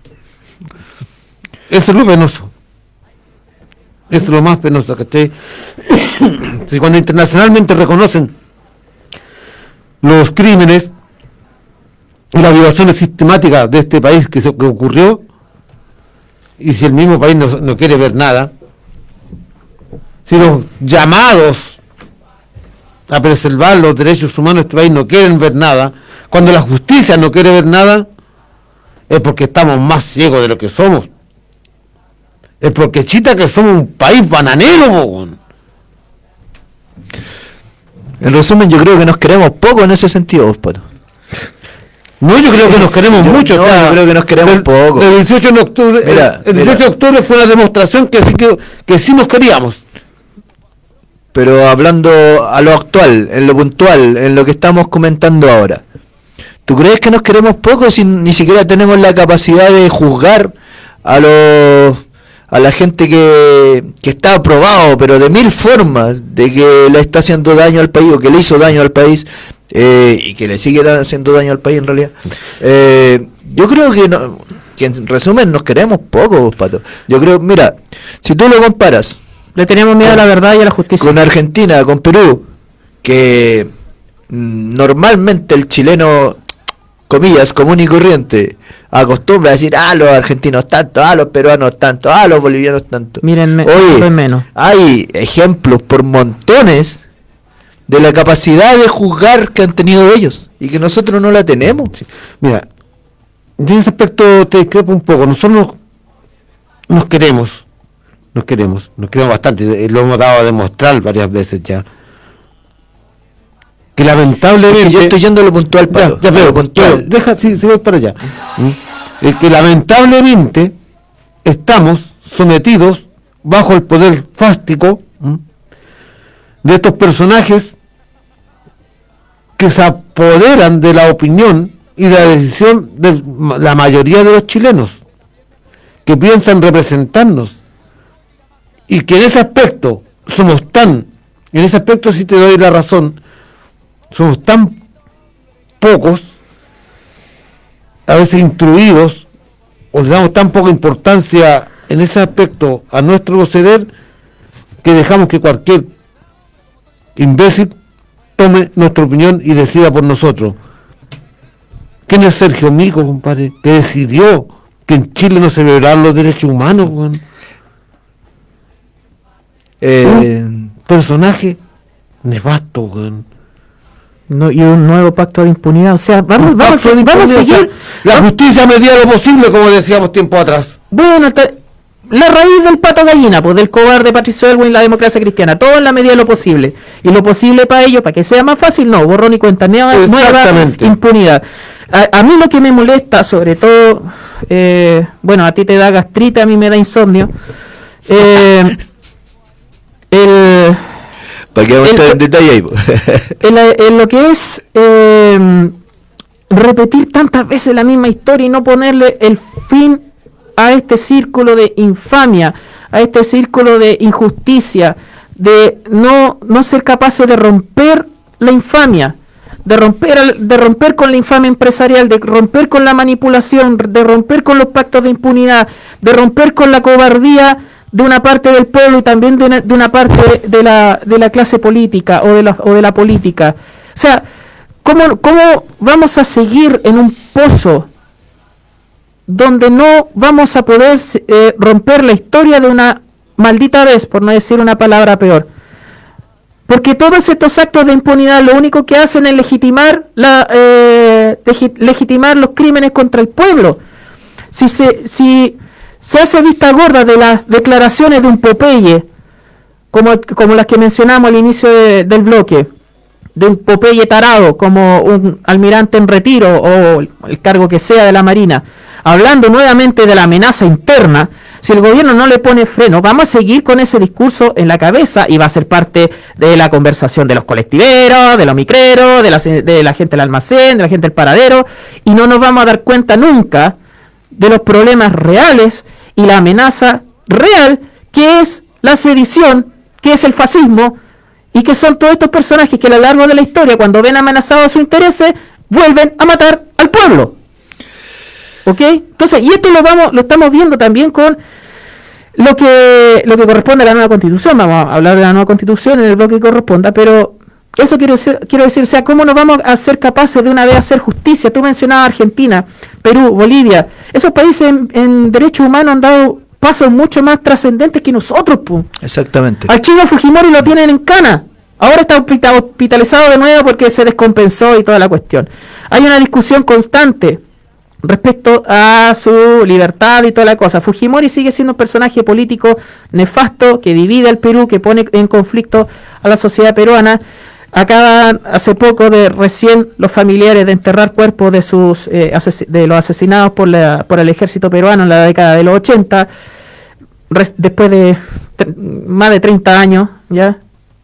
Eso es lo penoso. Eso es lo más penoso, ¿cachai? Si cuando internacionalmente reconocen los crímenes y las violaciones sistemáticas de este país que ocurrió, y si el mismo país no quiere ver nada, si los llamados a preservar los derechos humanos de este país no quieren ver nada, cuando la justicia no quiere ver nada, es porque estamos más ciegos de lo que somos. Es porque chita que somos un país bananero. En resumen, yo creo que nos queremos poco en ese sentido, Pato. No, yo creo que nos queremos mucho. No, yo creo que nos queremos poco. El 18 de octubre, el 18 de octubre fue una demostración que sí nos queríamos. Pero hablando a lo actual, en lo puntual, en lo que estamos comentando ahora, ¿tú crees que nos queremos poco si ni siquiera tenemos la capacidad de juzgar a la gente que está aprobado, pero de 1000 formas, de que le está haciendo daño al país o que le hizo daño al país, y que le sigue haciendo daño al país en realidad? Yo creo que en resumen nos queremos poco, Pato. Yo creo, mira, si tú lo comparas, le tenemos miedo a la verdad y a la justicia. Con Argentina, con Perú, que normalmente el chileno, comillas, común y corriente, acostumbra a decir, los argentinos tanto, los peruanos tanto, los bolivianos tanto. Mírenme, oye, menos. Hay ejemplos por montones de la capacidad de juzgar que han tenido ellos y que nosotros no la tenemos. Sí. Mira, en ese aspecto te discrepo un poco. Nosotros nos queremos bastante, lo hemos dado a demostrar varias veces ya. Que lamentablemente... Es que yo estoy yendo a lo puntual, Pablo. Ya, pero puntual. Deja, si voy para allá. Que lamentablemente estamos sometidos bajo el poder fástico de estos personajes que se apoderan de la opinión y de la decisión de la mayoría de los chilenos, que piensan representarnos, y que en ese aspecto sí te doy la razón, somos tan pocos, a veces instruidos, o le damos tan poca importancia en ese aspecto a nuestro proceder, que dejamos que cualquier imbécil tome nuestra opinión y decida por nosotros. ¿Quién es Sergio Mico, compadre? Que decidió que en Chile no se violaran los derechos humanos, weón. Un personaje nefasto, weón. No, y un nuevo pacto de impunidad. O sea, vamos a seguir. La justicia medía lo posible, como decíamos tiempo atrás. Bueno, la raíz del pato gallina, pues del cobarde Patricio Aylwin y la democracia cristiana, todo en la medida de lo posible. Y lo posible para ellos, para que sea más fácil, no, borrón y cuenta nueva, impunidad. A mí lo que me molesta, sobre todo, bueno, a ti te da gastrita, a mí me da insomnio. Para que vamos a entrar en detalle ahí. En lo que es repetir tantas veces la misma historia y no ponerle el fin a este círculo de infamia, a este círculo de injusticia, de no ser capaces de romper la infamia, de romper con la infamia empresarial, de romper con la manipulación, de romper con los pactos de impunidad, de romper con la cobardía de una parte del pueblo y también de una parte de la clase política o de la política. O sea, ¿cómo vamos a seguir en un pozo donde no vamos a poder romper la historia de una maldita vez, por no decir una palabra peor? Porque todos estos actos de impunidad lo único que hacen es legitimar los crímenes contra el pueblo. Si se hace vista gorda de las declaraciones de un Popeye, como las que mencionamos al inicio del bloque, de un Popeye tarado, como un almirante en retiro o el cargo que sea de la Marina, hablando nuevamente de la amenaza interna, si el gobierno no le pone freno, vamos a seguir con ese discurso en la cabeza y va a ser parte de la conversación de los colectiveros, de los micreros, de la gente del almacén, de la gente del paradero, y no nos vamos a dar cuenta nunca de los problemas reales y la amenaza real que es la sedición, que es el fascismo, y que son todos estos personajes que a lo largo de la historia, cuando ven amenazados sus intereses, vuelven a matar al pueblo. ¿Ok? Entonces, y esto lo estamos viendo también con lo que corresponde a la nueva Constitución. Vamos a hablar de la nueva Constitución en el bloque que corresponda, pero eso quiero decir, o sea, ¿cómo nos vamos a ser capaces de una vez hacer justicia? Tú mencionabas Argentina, Perú, Bolivia. Esos países en derechos humanos han dado pasos mucho más trascendentes que nosotros, po. Exactamente. Al chino Fujimori lo tienen en cana. Ahora está hospitalizado de nuevo porque se descompensó y toda la cuestión. Hay una discusión constante respecto a su libertad y toda la cosa. Fujimori sigue siendo un personaje político nefasto que divide al Perú, que pone en conflicto a la sociedad peruana. Acaban hace poco recién los familiares de enterrar cuerpos de los asesinados por el ejército peruano en la década de los 80, después de más de 30 años, ya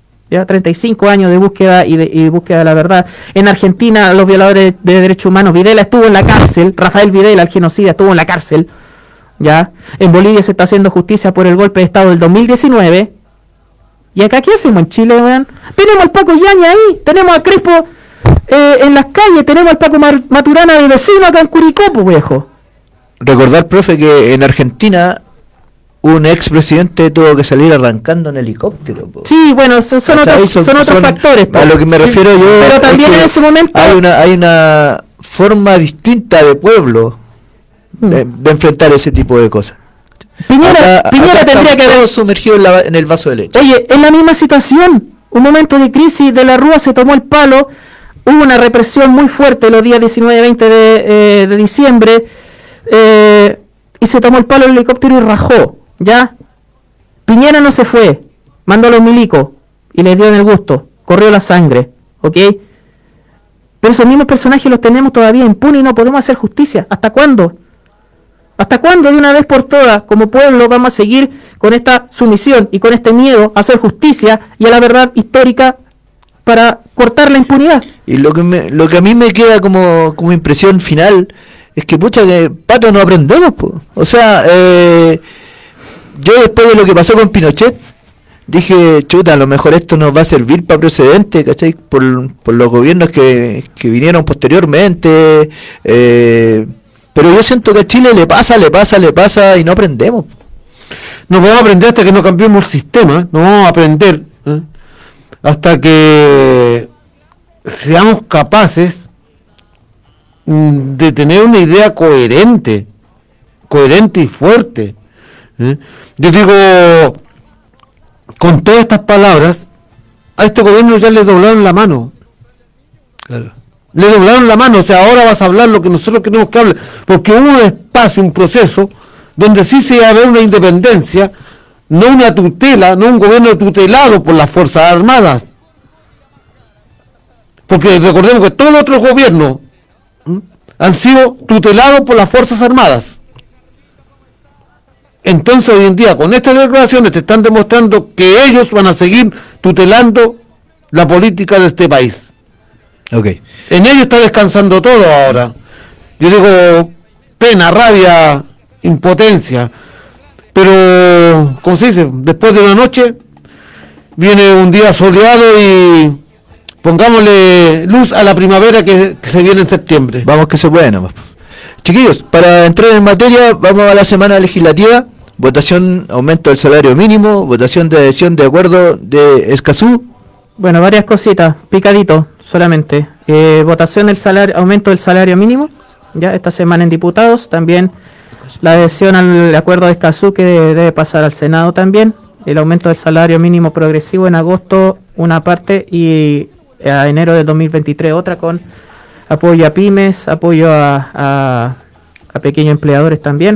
35 años de búsqueda y búsqueda de la verdad. En Argentina, los violadores de derechos humanos, Videla estuvo en la cárcel, Rafael Videla, el genocida, estuvo en la cárcel, ya. En Bolivia se está haciendo justicia por el golpe de Estado del 2019. ¿Y acá qué hacemos en Chile, weón? Tenemos al Paco Yaña ahí, tenemos a Crespo en las calles, tenemos al Paco Maturana de vecino acá en Curicó, pues, viejo. Recordar, profe, que en Argentina un expresidente tuvo que salir arrancando en helicóptero, po. Sí, bueno, son otros factores, po. A lo que me refiero yo, pero también en ese momento hay una forma distinta de pueblo de enfrentar ese tipo de cosas. Piñera tendría que haber sumergido en el vaso de leche. Oye, en la misma situación, un momento de crisis, de la Rúa se tomó el palo, hubo una represión muy fuerte los días 19 y 20 de diciembre, y se tomó el palo el helicóptero y rajó, ¿ya? Piñera no se fue, mandó a los milicos y les dio en el gusto, corrió la sangre, ¿ok? Pero esos mismos personajes los tenemos todavía impunes y no podemos hacer justicia. ¿Hasta cuándo? ¿Hasta cuándo de una vez por todas, como pueblo, vamos a seguir con esta sumisión y con este miedo a hacer justicia y a la verdad histórica para cortar la impunidad? Y lo que a mí me queda como impresión final es que, pucha, que pato no aprendemos, po. O sea, yo después de lo que pasó con Pinochet, dije, chuta, a lo mejor esto nos va a servir para precedente, ¿cachai? Por los gobiernos que vinieron posteriormente, pero yo siento que a Chile le pasa y no aprendemos. No vamos a aprender hasta que no cambiemos el sistema, no vamos a aprender hasta que seamos capaces de tener una idea coherente y fuerte. Yo digo, con todas estas palabras, a este gobierno ya le doblaron la mano. Claro. Le doblaron la mano, o sea, ahora vas a hablar lo que nosotros queremos que hable, porque hubo un espacio, un proceso, donde sí se iba a haber una independencia, no una tutela, no un gobierno tutelado por las Fuerzas Armadas. Porque recordemos que todos los otros gobiernos han sido tutelados por las Fuerzas Armadas. Entonces hoy en día, con estas declaraciones, te están demostrando que ellos van a seguir tutelando la política de este país. Okay. En ello está descansando todo ahora. Yo digo, pena, rabia, impotencia. pero, como se dice, después de una noche viene un día soleado y pongámosle luz a la primavera que se viene en septiembre. Vamos que se puede nomás. Chiquillos, para entrar en materia, vamos a la semana legislativa. Votación, aumento del salario mínimo, votación de adhesión de acuerdo de Escazú. Bueno, varias cositas, picadito solamente. Votación del salario, aumento del salario mínimo, ya esta semana en diputados. También la adhesión al acuerdo de Escazú que debe pasar al Senado también. El aumento del salario mínimo progresivo en agosto, una parte, y a enero del 2023 otra, con apoyo a pymes, apoyo a pequeños empleadores también.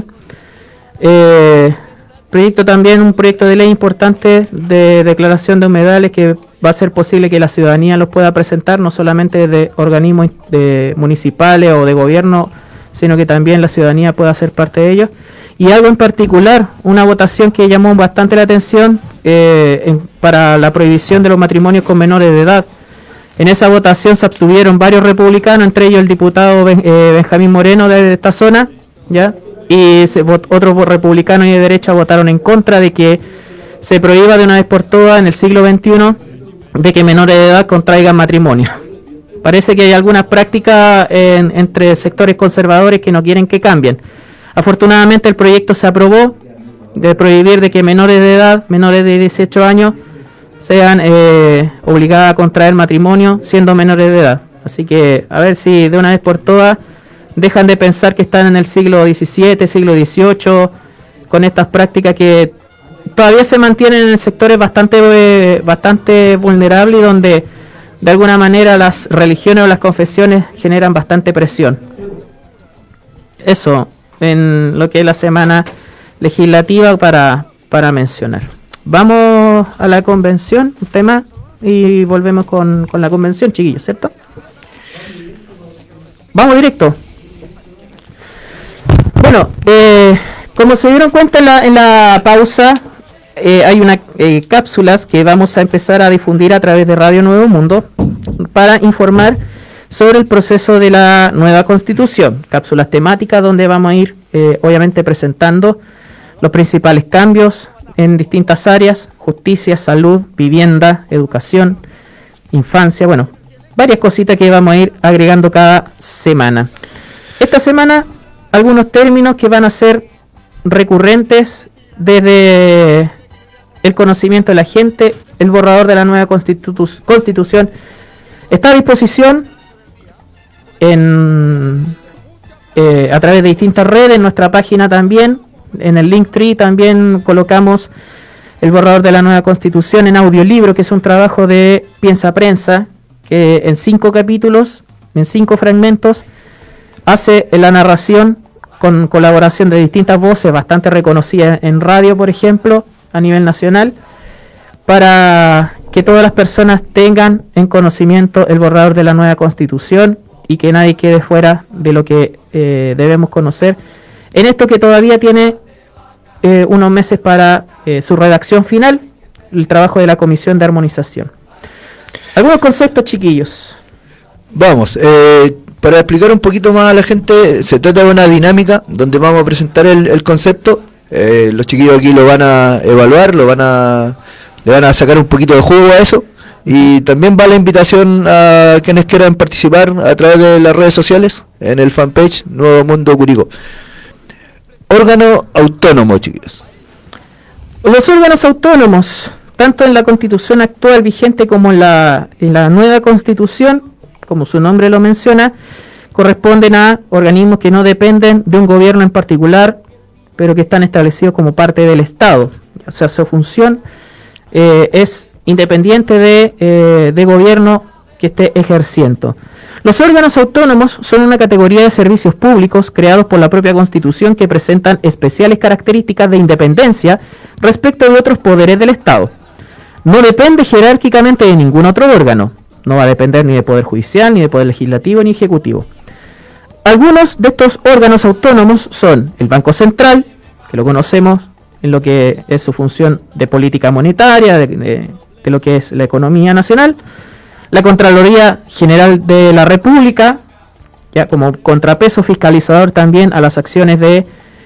Proyecto también, un proyecto de ley importante de declaración de humedales que va a ser posible que la ciudadanía los pueda presentar, no solamente de organismos municipales o de gobierno, sino que también la ciudadanía pueda ser parte de ellos. Y algo en particular, una votación que llamó bastante la atención para la prohibición de los matrimonios con menores de edad. En esa votación se abstuvieron varios republicanos, entre ellos el diputado Benjamín Moreno de esta zona, ¿ya? Y otros republicanos y de derecha votaron en contra de que se prohíba de una vez por todas en el siglo XXI de que menores de edad contraigan matrimonio. Parece que hay algunas prácticas entre sectores conservadores que no quieren que cambien. Afortunadamente el proyecto se aprobó de prohibir de que menores de edad, menores de 18 años, sean obligadas a contraer matrimonio siendo menores de edad. Así que a ver si de una vez por todas dejan de pensar que están en el siglo XVII, siglo XVIII, con estas prácticas que todavía se mantienen en sectores bastante vulnerables y donde de alguna manera las religiones o las confesiones generan bastante presión. Eso en lo que es la semana legislativa para mencionar. Vamos a la convención, un tema, y volvemos con la convención, chiquillos, ¿cierto? Vamos directo. Bueno, como se dieron cuenta en la pausa, hay unas cápsulas que vamos a empezar a difundir a través de Radio Nuevo Mundo para informar sobre el proceso de la nueva Constitución. Cápsulas temáticas donde vamos a ir, obviamente, presentando los principales cambios en distintas áreas: justicia, salud, vivienda, educación, infancia, bueno, varias cositas que vamos a ir agregando cada semana. Esta semana, algunos términos que van a ser recurrentes desde el conocimiento de la gente. El borrador de la nueva Constitución está a disposición a través de distintas redes, en nuestra página también. En el Linktree también colocamos el borrador de la nueva Constitución en audiolibro, que es un trabajo de Piensa Prensa, que en 5 capítulos, en 5 fragmentos, hace la narración con colaboración de distintas voces bastante reconocidas en radio, por ejemplo, a nivel nacional, para que todas las personas tengan en conocimiento el borrador de la nueva Constitución y que nadie quede fuera de lo que debemos conocer en esto que todavía tiene unos meses para su redacción final, el trabajo de la Comisión de Armonización. Algunos conceptos, chiquillos. Vamos, para explicar un poquito más a la gente, se trata de una dinámica donde vamos a presentar el concepto. Los chiquillos aquí lo van a evaluar, le van a sacar un poquito de jugo a eso. Y también va la invitación a quienes quieran participar a través de las redes sociales, en el fanpage Nuevo Mundo Curicó. Órgano autónomo, chiquillos. Los órganos autónomos, tanto en la Constitución actual vigente como en la nueva Constitución, como su nombre lo menciona, corresponden a organismos que no dependen de un gobierno en particular, pero que están establecidos como parte del Estado. O sea, su función es independiente de gobierno que esté ejerciendo. Los órganos autónomos son una categoría de servicios públicos creados por la propia Constitución que presentan especiales características de independencia respecto de otros poderes del Estado. No depende jerárquicamente de ningún otro órgano. No va a depender ni de Poder Judicial, ni de Poder Legislativo, ni Ejecutivo. Algunos de estos órganos autónomos son el Banco Central, que lo conocemos en lo que es su función de política monetaria, de lo que es la economía nacional, la Contraloría General de la República, ya como contrapeso fiscalizador también a las acciones de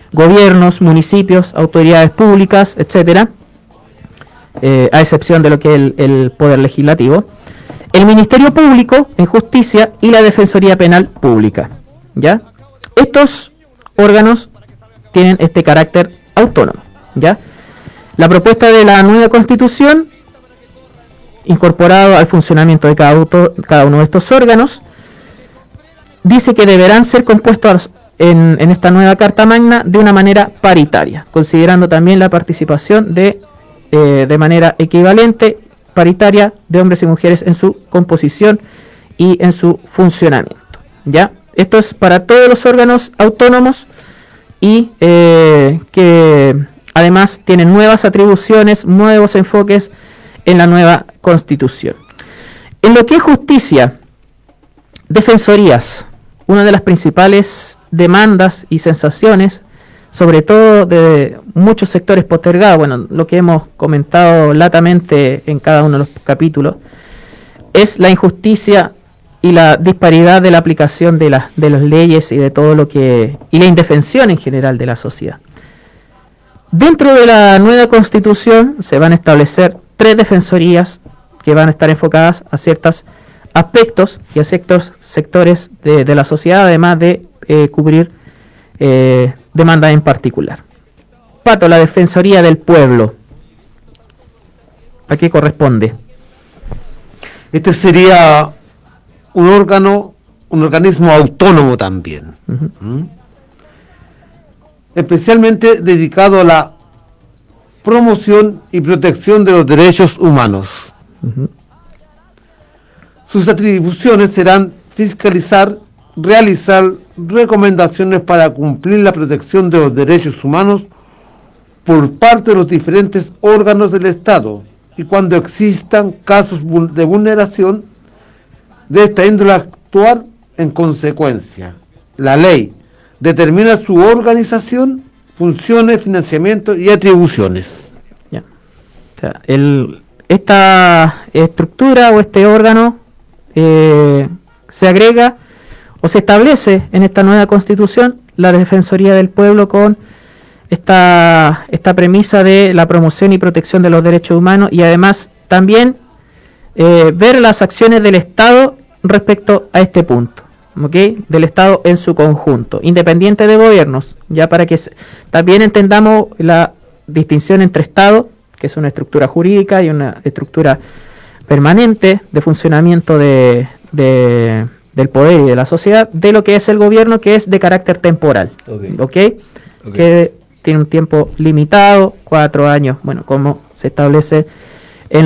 gobiernos, municipios, autoridades públicas, etcétera, a excepción de lo que es el Poder Legislativo, el Ministerio Público en Justicia y la Defensoría Penal Pública. ¿Ya? Estos órganos tienen este carácter autónomo. ¿Ya? La propuesta de la nueva Constitución, incorporado al funcionamiento de cada uno de estos órganos, dice que deberán ser compuestos en esta nueva Carta Magna de una manera paritaria, considerando también la participación de manera equivalente, paritaria, de hombres y mujeres en su composición y en su funcionamiento. ¿Ya? Esto es para todos los órganos autónomos y que además tienen nuevas atribuciones, nuevos enfoques en la nueva Constitución. En lo que es justicia, defensorías, una de las principales demandas y sensaciones, sobre todo de muchos sectores postergados, bueno, lo que hemos comentado latamente en cada uno de los capítulos, es la injusticia y la disparidad de la aplicación de las leyes y de todo lo que, y la indefensión en general de la sociedad. Dentro de la nueva Constitución se van a establecer 3 defensorías que van a estar enfocadas a ciertos aspectos y a ciertos sectores de la sociedad, además de cubrir demandas en particular. Pato, la Defensoría del Pueblo, ¿a qué corresponde? Este sería un organismo autónomo también, especialmente dedicado a la promoción y protección de los derechos humanos. Sus atribuciones serán fiscalizar, realizar recomendaciones para cumplir la protección de los derechos humanos por parte de los diferentes órganos del Estado, y cuando existan casos de vulneración de esta índole, actuar en consecuencia. La ley determina su organización, funciones, financiamiento y atribuciones. Ya. O sea, esta estructura o este órgano se agrega o se establece en esta nueva Constitución, la Defensoría del Pueblo, con esta premisa de la promoción y protección de los derechos humanos, y además también ver las acciones del Estado respecto a este punto, ¿okay? Del Estado en su conjunto, independiente de gobiernos, ya para que también entendamos la distinción entre Estado, que es una estructura jurídica, y una estructura permanente de funcionamiento del poder y de la sociedad, de lo que es el gobierno, que es de carácter temporal, ¿okay? Que tiene un tiempo limitado, 4 años, bueno, como se establece en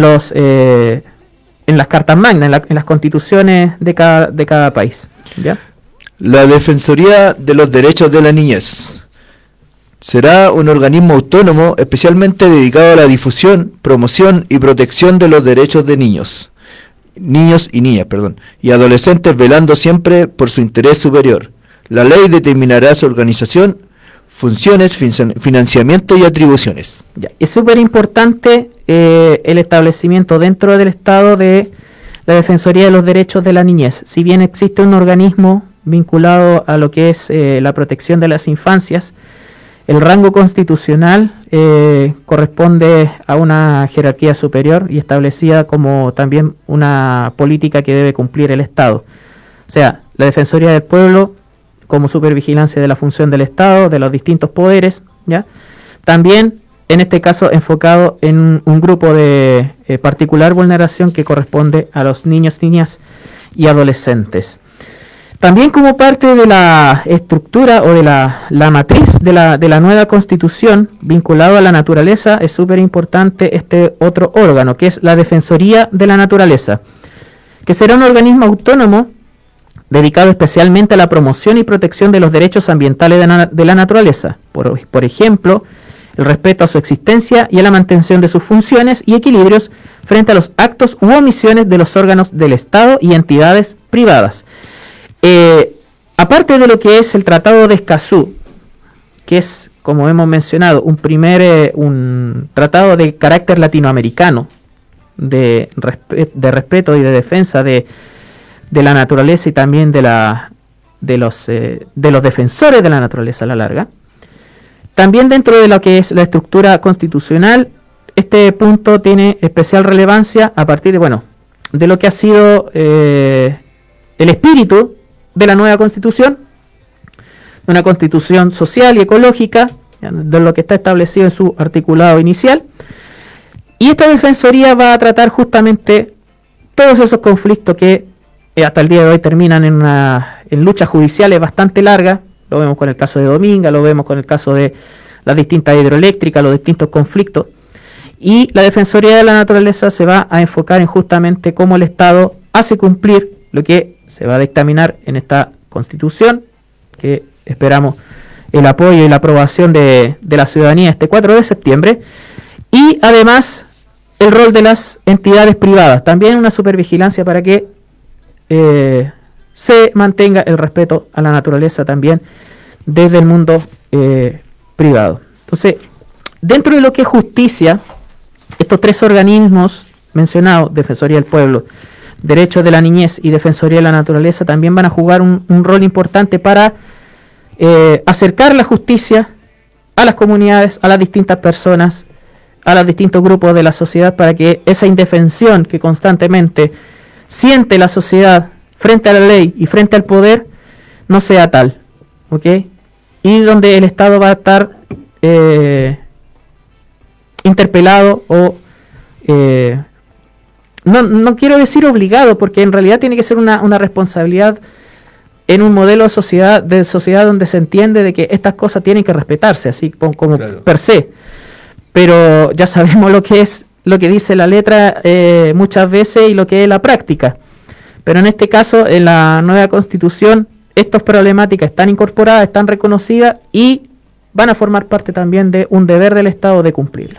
las cartas magnas, en las constituciones de cada país. ¿Ya? La Defensoría de los Derechos de la Niñez será un organismo autónomo especialmente dedicado a la difusión, promoción y protección de los derechos de niños y niñas, y adolescentes, velando siempre por su interés superior. La ley determinará su organización, funciones, financiamiento y atribuciones. Ya. Es súper importante el establecimiento dentro del Estado de la Defensoría de los Derechos de la Niñez. Si bien existe un organismo vinculado a lo que es la protección de las infancias, el rango constitucional corresponde a una jerarquía superior y establecida como también una política que debe cumplir el Estado. O sea, la Defensoría del Pueblo, como supervigilancia de la función del Estado, de los distintos poderes, ¿ya? También, en este caso, enfocado en un grupo de particular vulneración que corresponde a los niños, niñas y adolescentes. También, como parte de la estructura o de la matriz de la nueva Constitución, vinculado a la naturaleza, es súper importante este otro órgano, que es la Defensoría de la Naturaleza, que será un organismo autónomo dedicado especialmente a la promoción y protección de los derechos ambientales de la naturaleza, por ejemplo, el respeto a su existencia y a la mantención de sus funciones y equilibrios frente a los actos u omisiones de los órganos del Estado y entidades privadas. Aparte de lo que es el Tratado de Escazú, que es, como hemos mencionado, un tratado de carácter latinoamericano de respeto y de defensa de la naturaleza y también de los defensores de la naturaleza a la larga, también dentro de lo que es la estructura constitucional, este punto tiene especial relevancia a partir de lo que ha sido el espíritu de la nueva constitución, una constitución social y ecológica, de lo que está establecido en su articulado inicial. Y esta defensoría va a tratar justamente todos esos conflictos que hasta el día de hoy terminan en luchas judiciales bastante largas. Lo vemos con el caso de Dominga, lo vemos con el caso de las distintas hidroeléctricas, los distintos conflictos. Y la Defensoría de la Naturaleza se va a enfocar en justamente cómo el Estado hace cumplir lo que se va a dictaminar en esta Constitución, que esperamos el apoyo y la aprobación de la ciudadanía este 4 de septiembre. Y además el rol de las entidades privadas, también una supervigilancia para que se mantenga el respeto a la naturaleza también desde el mundo privado. Entonces, dentro de lo que es justicia, estos tres organismos mencionados, Defensoría del Pueblo, Derechos de la Niñez y Defensoría de la Naturaleza, también van a jugar un rol importante para acercar la justicia a las comunidades, a las distintas personas, a los distintos grupos de la sociedad, para que esa indefensión que constantemente siente la sociedad frente a la ley y frente al poder no sea tal, ¿ok? Y donde el Estado va a estar interpelado o no quiero decir obligado, porque en realidad tiene que ser una responsabilidad en un modelo de sociedad donde se entiende de que estas cosas tienen que respetarse, así como claro, per se. Pero ya sabemos lo que es, lo que dice la letra muchas veces y lo que es la práctica. Pero en este caso, en la nueva Constitución, estas problemáticas están incorporadas, están reconocidas y van a formar parte también de un deber del Estado de cumplirlas.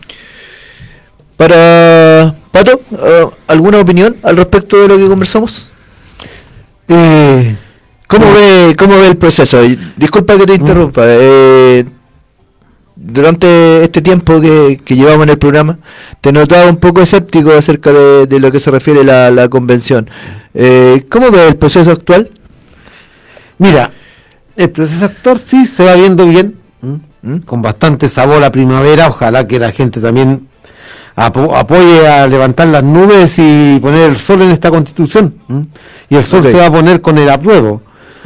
Para Pato, ¿alguna opinión al respecto de lo que conversamos? ¿Cómo ve el proceso? Disculpa que te interrumpa. Durante este tiempo que llevamos en el programa, te notaba un poco escéptico acerca de lo que se refiere a la convención. ¿Cómo ve el proceso actual? Mira, el proceso actual sí se va viendo bien, con bastante sabor a primavera. Ojalá que la gente también apoye a levantar las nubes y poner el sol en esta Constitución. Y el sol se va a poner con el apruebo.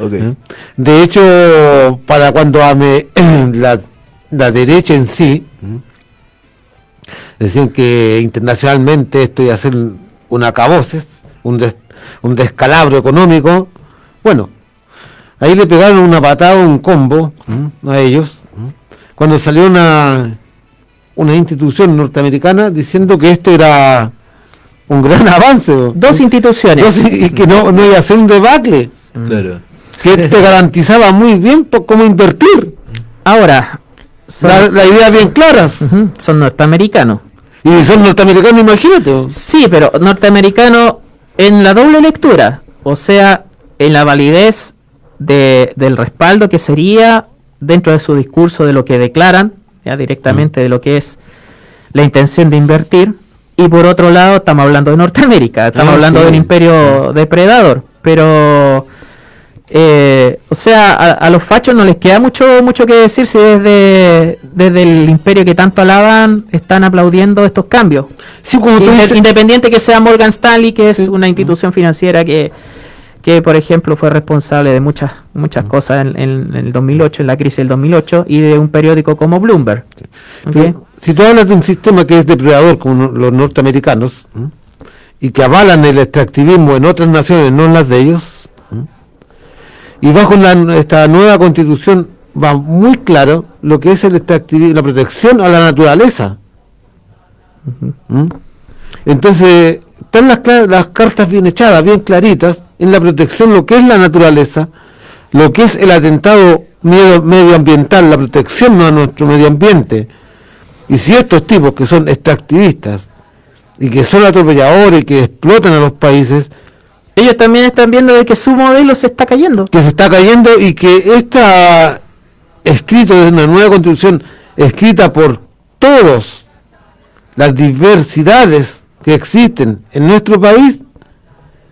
De hecho, para cuando ame la derecha en sí, decían que internacionalmente esto iba a ser un acaboses, un descalabro económico. Bueno, ahí le pegaron una patada, un combo a ellos, cuando salió una institución norteamericana diciendo que esto era un gran avance. Dos instituciones. Y que no iba a ser un debacle. Claro. Que te garantizaba muy bien cómo invertir. Ahora, la idea bien claras. Son norteamericanos. Y son norteamericanos, imagínate. Sí, pero norteamericanos en la doble lectura. O sea, en la validez del respaldo que sería dentro de su discurso de lo que declaran, ya directamente de lo que es la intención de invertir. Y por otro lado, estamos hablando de Norteamérica, estamos hablando de un imperio depredador. Pero... o sea, a los fachos no les queda mucho que decir si desde el imperio que tanto alaban están aplaudiendo estos cambios. Sí, como tú dices, independiente que sea Morgan Stanley, que es una institución financiera que por ejemplo fue responsable de muchas cosas en el 2008, en la crisis del 2008, y de un periódico como Bloomberg. ¿Okay? Si tú hablas de un sistema que es depredador como los norteamericanos, y que avalan el extractivismo en otras naciones, no en las de ellos, y bajo esta nueva Constitución va muy claro lo que es el extractivismo, la protección a la naturaleza. Entonces están las cartas bien echadas, bien claritas, en la protección, lo que es la naturaleza, lo que es el atentado medioambiental, la protección a nuestro medio ambiente. Y si estos tipos que son extractivistas y que son atropelladores y que explotan a los países, ellos también están viendo de que su modelo se está cayendo. Que se está cayendo y que está escrito en una nueva Constitución, escrita por todos, las diversidades que existen en nuestro país,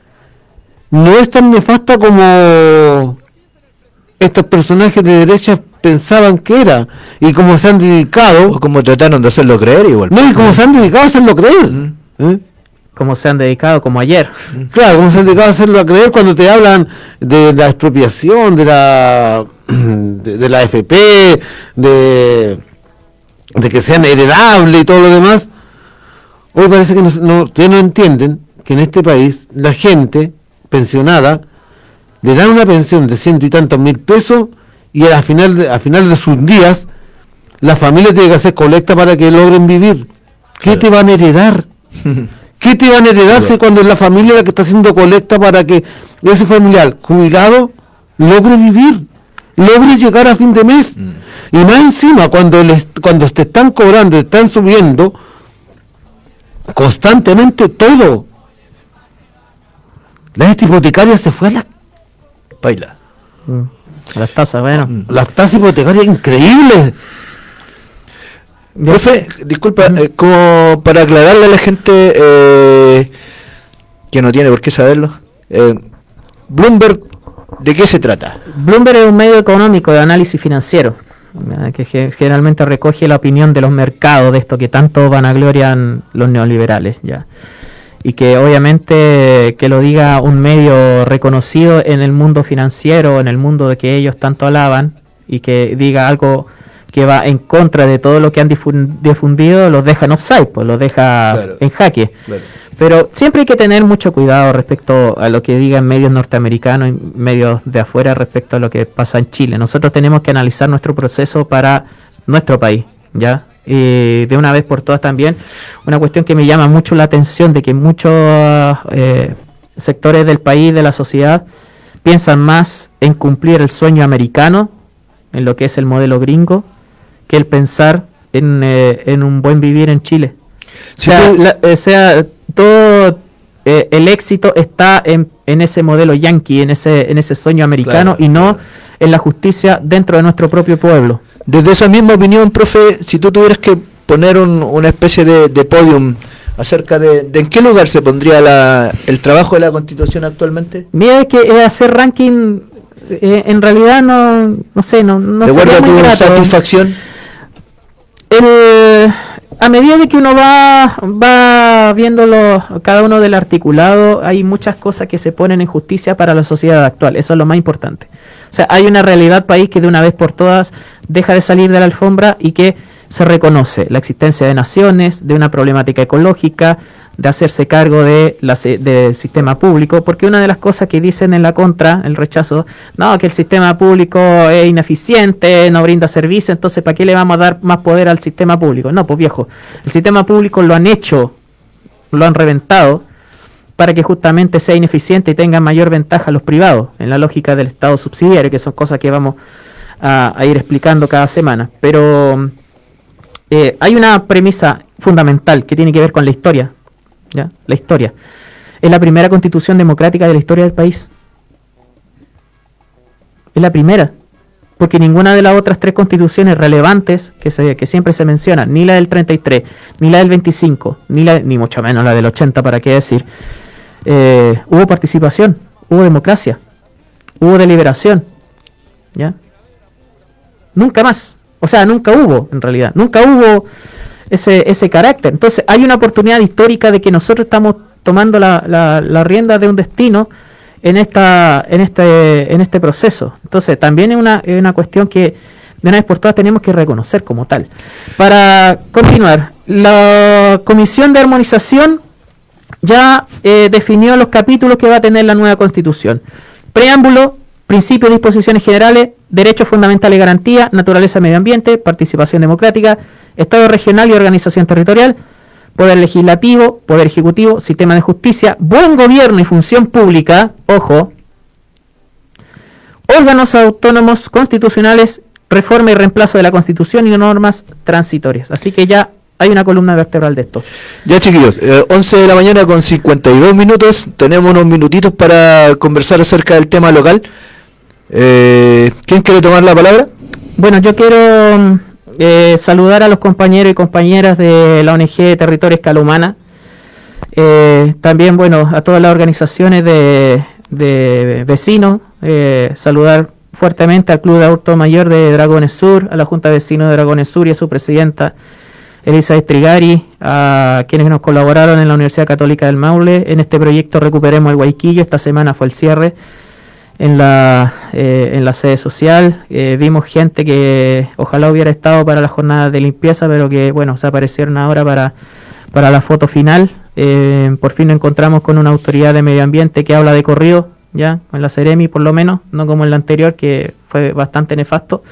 no es tan nefasta como estos personajes de derecha pensaban que era, y como se han dedicado, o como trataron de hacerlo creer igual. No, y como se han dedicado a hacerlo creer. Como se han dedicado, como ayer. Claro, como se han dedicado a hacerlo creer cuando te hablan de la expropiación, de la AFP, de que sean heredables y todo lo demás. Hoy parece que ustedes no entienden que en este país la gente pensionada le dan una pensión de 100 y tantos mil pesos y al final de sus días la familia tiene que hacer colecta para que logren vivir. ¿Qué te van a heredar? ¿Qué te van a heredar si cuando es la familia la que está haciendo colecta para que ese familiar jubilado logre vivir, logre llegar a fin de mes? Y más encima cuando te están cobrando, te están subiendo constantemente todo. La hipotecaria se fue a la baila. Las tasas, bueno. Las tasas hipotecarias increíbles. Profe, disculpa, como para aclararle a la gente que no tiene por qué saberlo, Bloomberg, ¿de qué se trata? Bloomberg es un medio económico de análisis financiero que generalmente recoge la opinión de los mercados, de esto que tanto vanaglorian los neoliberales, ya. Y que obviamente que lo diga un medio reconocido en el mundo financiero, en el mundo de que ellos tanto alaban, y que diga algo que va en contra de todo lo que han difundido, los deja en offside, pues los deja en jaque. Claro. Pero siempre hay que tener mucho cuidado respecto a lo que digan medios norteamericanos y medios de afuera respecto a lo que pasa en Chile. Nosotros tenemos que analizar nuestro proceso para nuestro país, ¿ya? Y de una vez por todas también, una cuestión que me llama mucho la atención, de que muchos sectores del país, de la sociedad, piensan más en cumplir el sueño americano, en lo que es el modelo gringo, que el pensar en un buen vivir en Chile. Sí, todo el éxito está en ese modelo yanqui, en ese sueño americano, claro, y no en la justicia dentro de nuestro propio pueblo. Desde esa misma opinión, profe, si tú tuvieras que poner una especie de podium acerca de en qué lugar se pondría el trabajo de la Constitución actualmente. Mira, que hacer ranking en realidad no sé, no de acuerdo a tu satisfacción. A medida de que uno va viendo cada uno del articulado, hay muchas cosas que se ponen en justicia para la sociedad actual. Eso es lo más importante. O sea, hay una realidad país que de una vez por todas deja de salir de la alfombra y que se reconoce la existencia de naciones, de una problemática ecológica, de hacerse cargo del sistema público, porque una de las cosas que dicen en la contra, el rechazo, no, que el sistema público es ineficiente, no brinda servicio, entonces ¿para qué le vamos a dar más poder al sistema público? No, pues viejo, el sistema público lo han hecho, lo han reventado, para que justamente sea ineficiente y tenga mayor ventaja los privados, en la lógica del Estado subsidiario, que son cosas que vamos a ir explicando cada semana. Pero hay una premisa fundamental que tiene que ver con la historia. ¿Ya? La historia. Es la primera constitución democrática de la historia del país. Es la primera. Porque ninguna de las otras tres constituciones relevantes que siempre se mencionan, ni la del 33, ni la del 25, ni mucho menos la del 80, para qué decir, hubo participación, hubo democracia, hubo deliberación. ¿Ya? Nunca más. O sea, nunca hubo, en realidad. Nunca hubo ese carácter. Entonces hay una oportunidad histórica de que nosotros estamos tomando la rienda de un destino en este proceso. Entonces también es una cuestión que de una vez por todas tenemos que reconocer como tal. Para continuar, la Comisión de Armonización ya definió los capítulos que va a tener la nueva Constitución. Preámbulo, principios y disposiciones generales, derechos fundamentales y garantía, naturaleza y medio ambiente, participación democrática, Estado regional y organización territorial, poder legislativo, poder ejecutivo, sistema de justicia, buen gobierno y función pública, ojo, órganos autónomos constitucionales, reforma y reemplazo de la Constitución y normas transitorias. Así que ya hay una columna vertebral de esto. Ya, chiquillos, 11 de la mañana con 52 minutos, tenemos unos minutitos para conversar acerca del tema local. ¿Quién quiere tomar la palabra? Bueno, yo quiero saludar a los compañeros y compañeras de la ONG Territorio Escala Humana, también, bueno, a todas las organizaciones de vecinos, saludar fuertemente al Club de Adulto Mayor de Dragones Sur, a la Junta de Vecinos de Dragones Sur y a su presidenta Elisa Trigari, a quienes nos colaboraron en la Universidad Católica del Maule en este proyecto Recuperemos el Guayquillo. Esta semana fue el cierre en la sede social. Vimos gente que ojalá hubiera estado para la jornada de limpieza, pero que bueno, se aparecieron ahora para la foto final. Por fin nos encontramos con una autoridad de medio ambiente que habla de corrido, ya, con la Seremi por lo menos, no como en la anterior que fue bastante nefasto.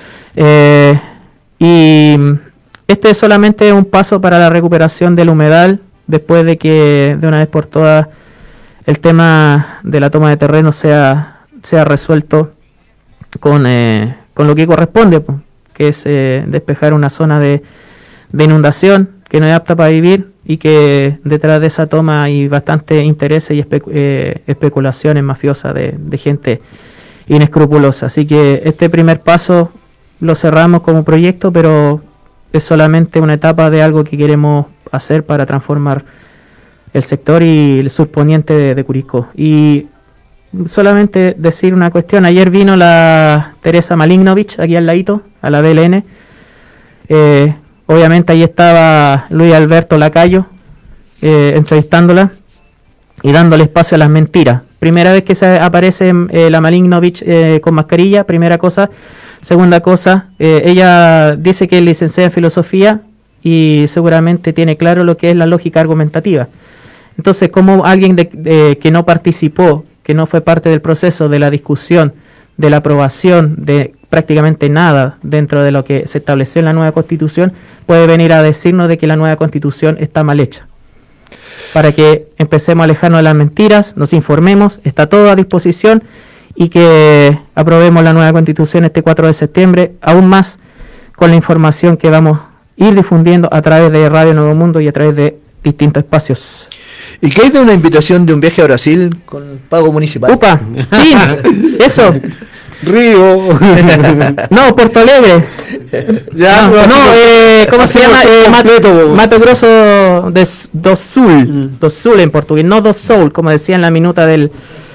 Y este es solamente un paso para la recuperación del humedal, después de que de una vez por todas el tema de la toma de terreno sea resuelto con lo que corresponde, pues, que es despejar una zona de inundación que no es apta para vivir y que detrás de esa toma hay bastante intereses y especulaciones mafiosas de gente inescrupulosa. Así que este primer paso lo cerramos como proyecto, pero es solamente una etapa de algo que queremos hacer para transformar el sector y el surponiente de Curicó. Y solamente decir una cuestión: ayer vino la Teresa Malignovich aquí al ladito, a la BLN. Obviamente ahí estaba Luis Alberto Lacayo entrevistándola y dándole espacio a las mentiras. Primera vez que se aparece la Malignovich con mascarilla, primera cosa. Segunda cosa, ella dice que es licenciada en filosofía y seguramente tiene claro lo que es la lógica argumentativa. Entonces, como alguien que no participó, que no fue parte del proceso de la discusión, de la aprobación de prácticamente nada dentro de lo que se estableció en la nueva Constitución, puede venir a decirnos de que la nueva Constitución está mal hecha? Para que empecemos a alejarnos de las mentiras, nos informemos, está todo a disposición, y que aprobemos la nueva Constitución este 4 de septiembre, aún más con la información que vamos a ir difundiendo a través de Radio Nuevo Mundo y a través de distintos espacios. ¿Y qué hay de una invitación de un viaje a Brasil con pago municipal? ¡Upa! ¡Sí! ¡Eso! Río. No, Porto Alegre. Ya, ¿cómo se llama? Mato Grosso do Sul. Do Sul en portugués, no do Sul, como decía en la minuta del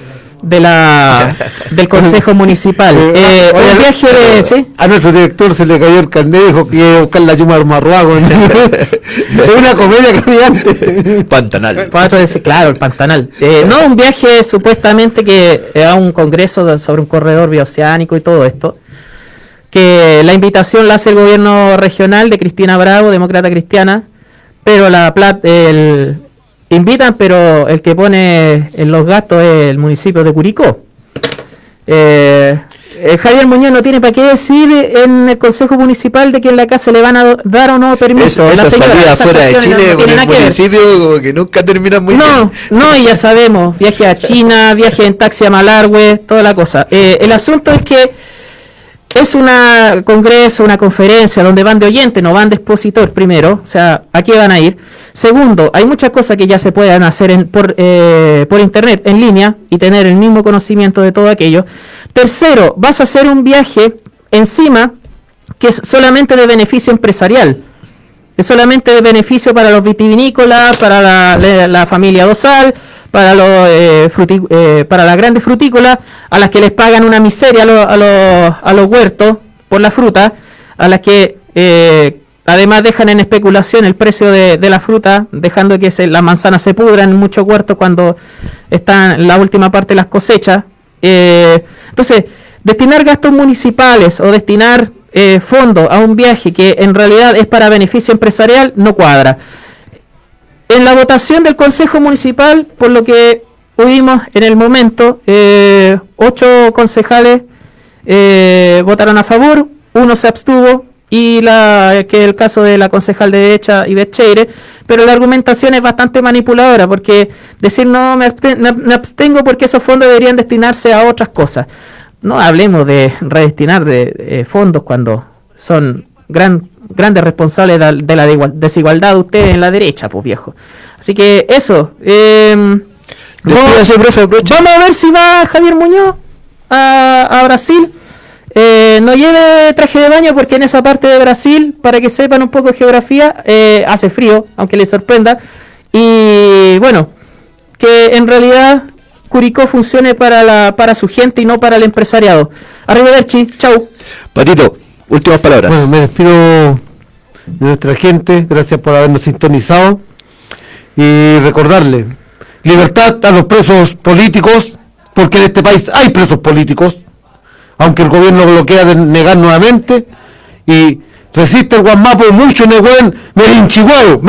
Consejo Municipal. El viaje de... ¿sí? A nuestro director se le cayó el carnet y dijo que iba a buscar la Yuma Marruago. Es una comedia cambiante. Pantanal. Claro, el Pantanal. No, un viaje supuestamente que a un congreso sobre un corredor bioceánico y todo esto, que la invitación la hace el gobierno regional de Cristina Bravo, demócrata cristiana, pero invitan, pero el que pone en los gastos es el municipio de Curicó. Javier Muñoz no tiene para qué decir en el Consejo Municipal de que en la casa le van a dar o no permiso. Esa salida fuera de Chile con el municipio como que nunca termina muy bien. No, y ya sabemos, viaje a China, viaje en taxi a Malargüe, toda la cosa. El asunto es que es una congreso, una conferencia donde van de oyente, no van de expositor primero, o sea, ¿a qué van a ir? Segundo, hay muchas cosas que ya se pueden hacer por internet, en línea, y tener el mismo conocimiento de todo aquello. Tercero, vas a hacer un viaje encima que es solamente de beneficio empresarial, es solamente de beneficio para los vitivinícolas, para la familia Dosal, para para las grandes frutícolas, a las que les pagan una miseria a los huertos por la fruta, a las que además dejan en especulación el precio de la fruta, dejando que las manzanas se pudran en muchos huertos cuando están en la última parte de las cosechas. Entonces, destinar gastos municipales o destinar fondos a un viaje que en realidad es para beneficio empresarial no cuadra. En la votación del Consejo Municipal, por lo que oímos en el momento, 8 concejales votaron a favor, 1 se abstuvo, y que el caso de la concejal de derecha, Ivette Cheire, pero la argumentación es bastante manipuladora, porque decir no, me abstengo porque esos fondos deberían destinarse a otras cosas. No hablemos de redestinar de fondos cuando son grandes responsables de la desigualdad de ustedes en la derecha, pues viejo. Así que eso. Despídase, profe, vamos a ver si va Javier Muñoz a Brasil. No lleve traje de baño porque en esa parte de Brasil, para que sepan un poco de geografía, hace frío, aunque les sorprenda. Y bueno, que en realidad Curicó funcione para su gente y no para el empresariado. Arrivederci, chau. Patito, últimas palabras. Bueno, me despido de nuestra gente, gracias por habernos sintonizado y recordarle, libertad a los presos políticos, porque en este país hay presos políticos, aunque el gobierno bloquea de negar nuevamente, y resiste el Guamapo mucho en el buen Merinchigüeo.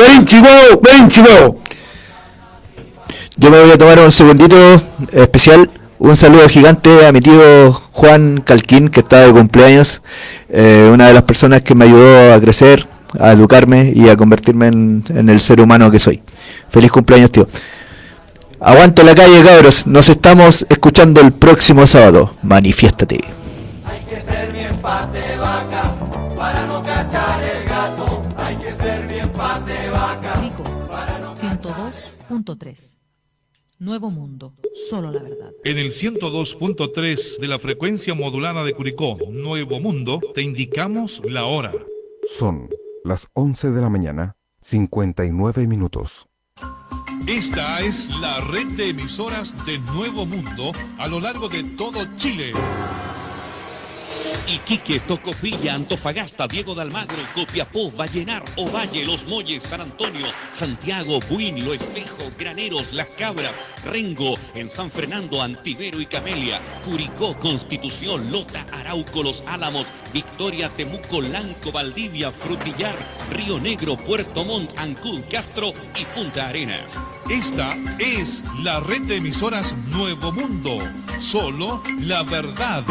Yo me voy a tomar un segundito especial. Un saludo gigante a mi tío Juan Calquín, que está de cumpleaños. Una de las personas que me ayudó a crecer, a educarme y a convertirme en el ser humano que soy. Feliz cumpleaños, tío. Aguanto la calle, cabros. Nos estamos escuchando el próximo sábado. Manifiéstate. Hay que ser bien pate vaca para no cachar el gato. Hay que ser bien pate vaca. Rico 102.3. Nuevo Mundo, solo la verdad. En el 102.3 de la frecuencia modulada de Curicó, Nuevo Mundo, te indicamos la hora. Son las 11 de la mañana, 59 minutos. Esta es la red de emisoras de Nuevo Mundo a lo largo de todo Chile. Iquique, Tocopilla, Antofagasta, Diego de Almagro, Copiapó, Vallenar, Ovalle, Los Molles, San Antonio, Santiago, Buin, Lo Espejo, Graneros, Las Cabras, Rengo, en San Fernando, Antivero y Camelia, Curicó, Constitución, Lota, Arauco, Los Álamos, Victoria, Temuco, Lanco, Valdivia, Frutillar, Río Negro, Puerto Montt, Ancud, Castro y Punta Arenas. Esta es la red de emisoras Nuevo Mundo, solo la verdad.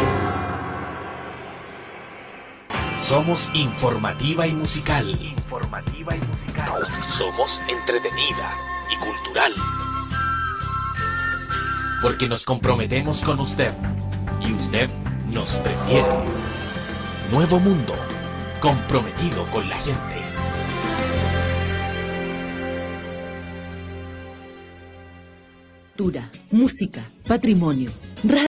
Somos informativa y musical. Somos entretenida y cultural. Porque nos comprometemos con usted. Y usted nos prefiere. Nuevo Mundo. Comprometido con la gente. Música, patrimonio.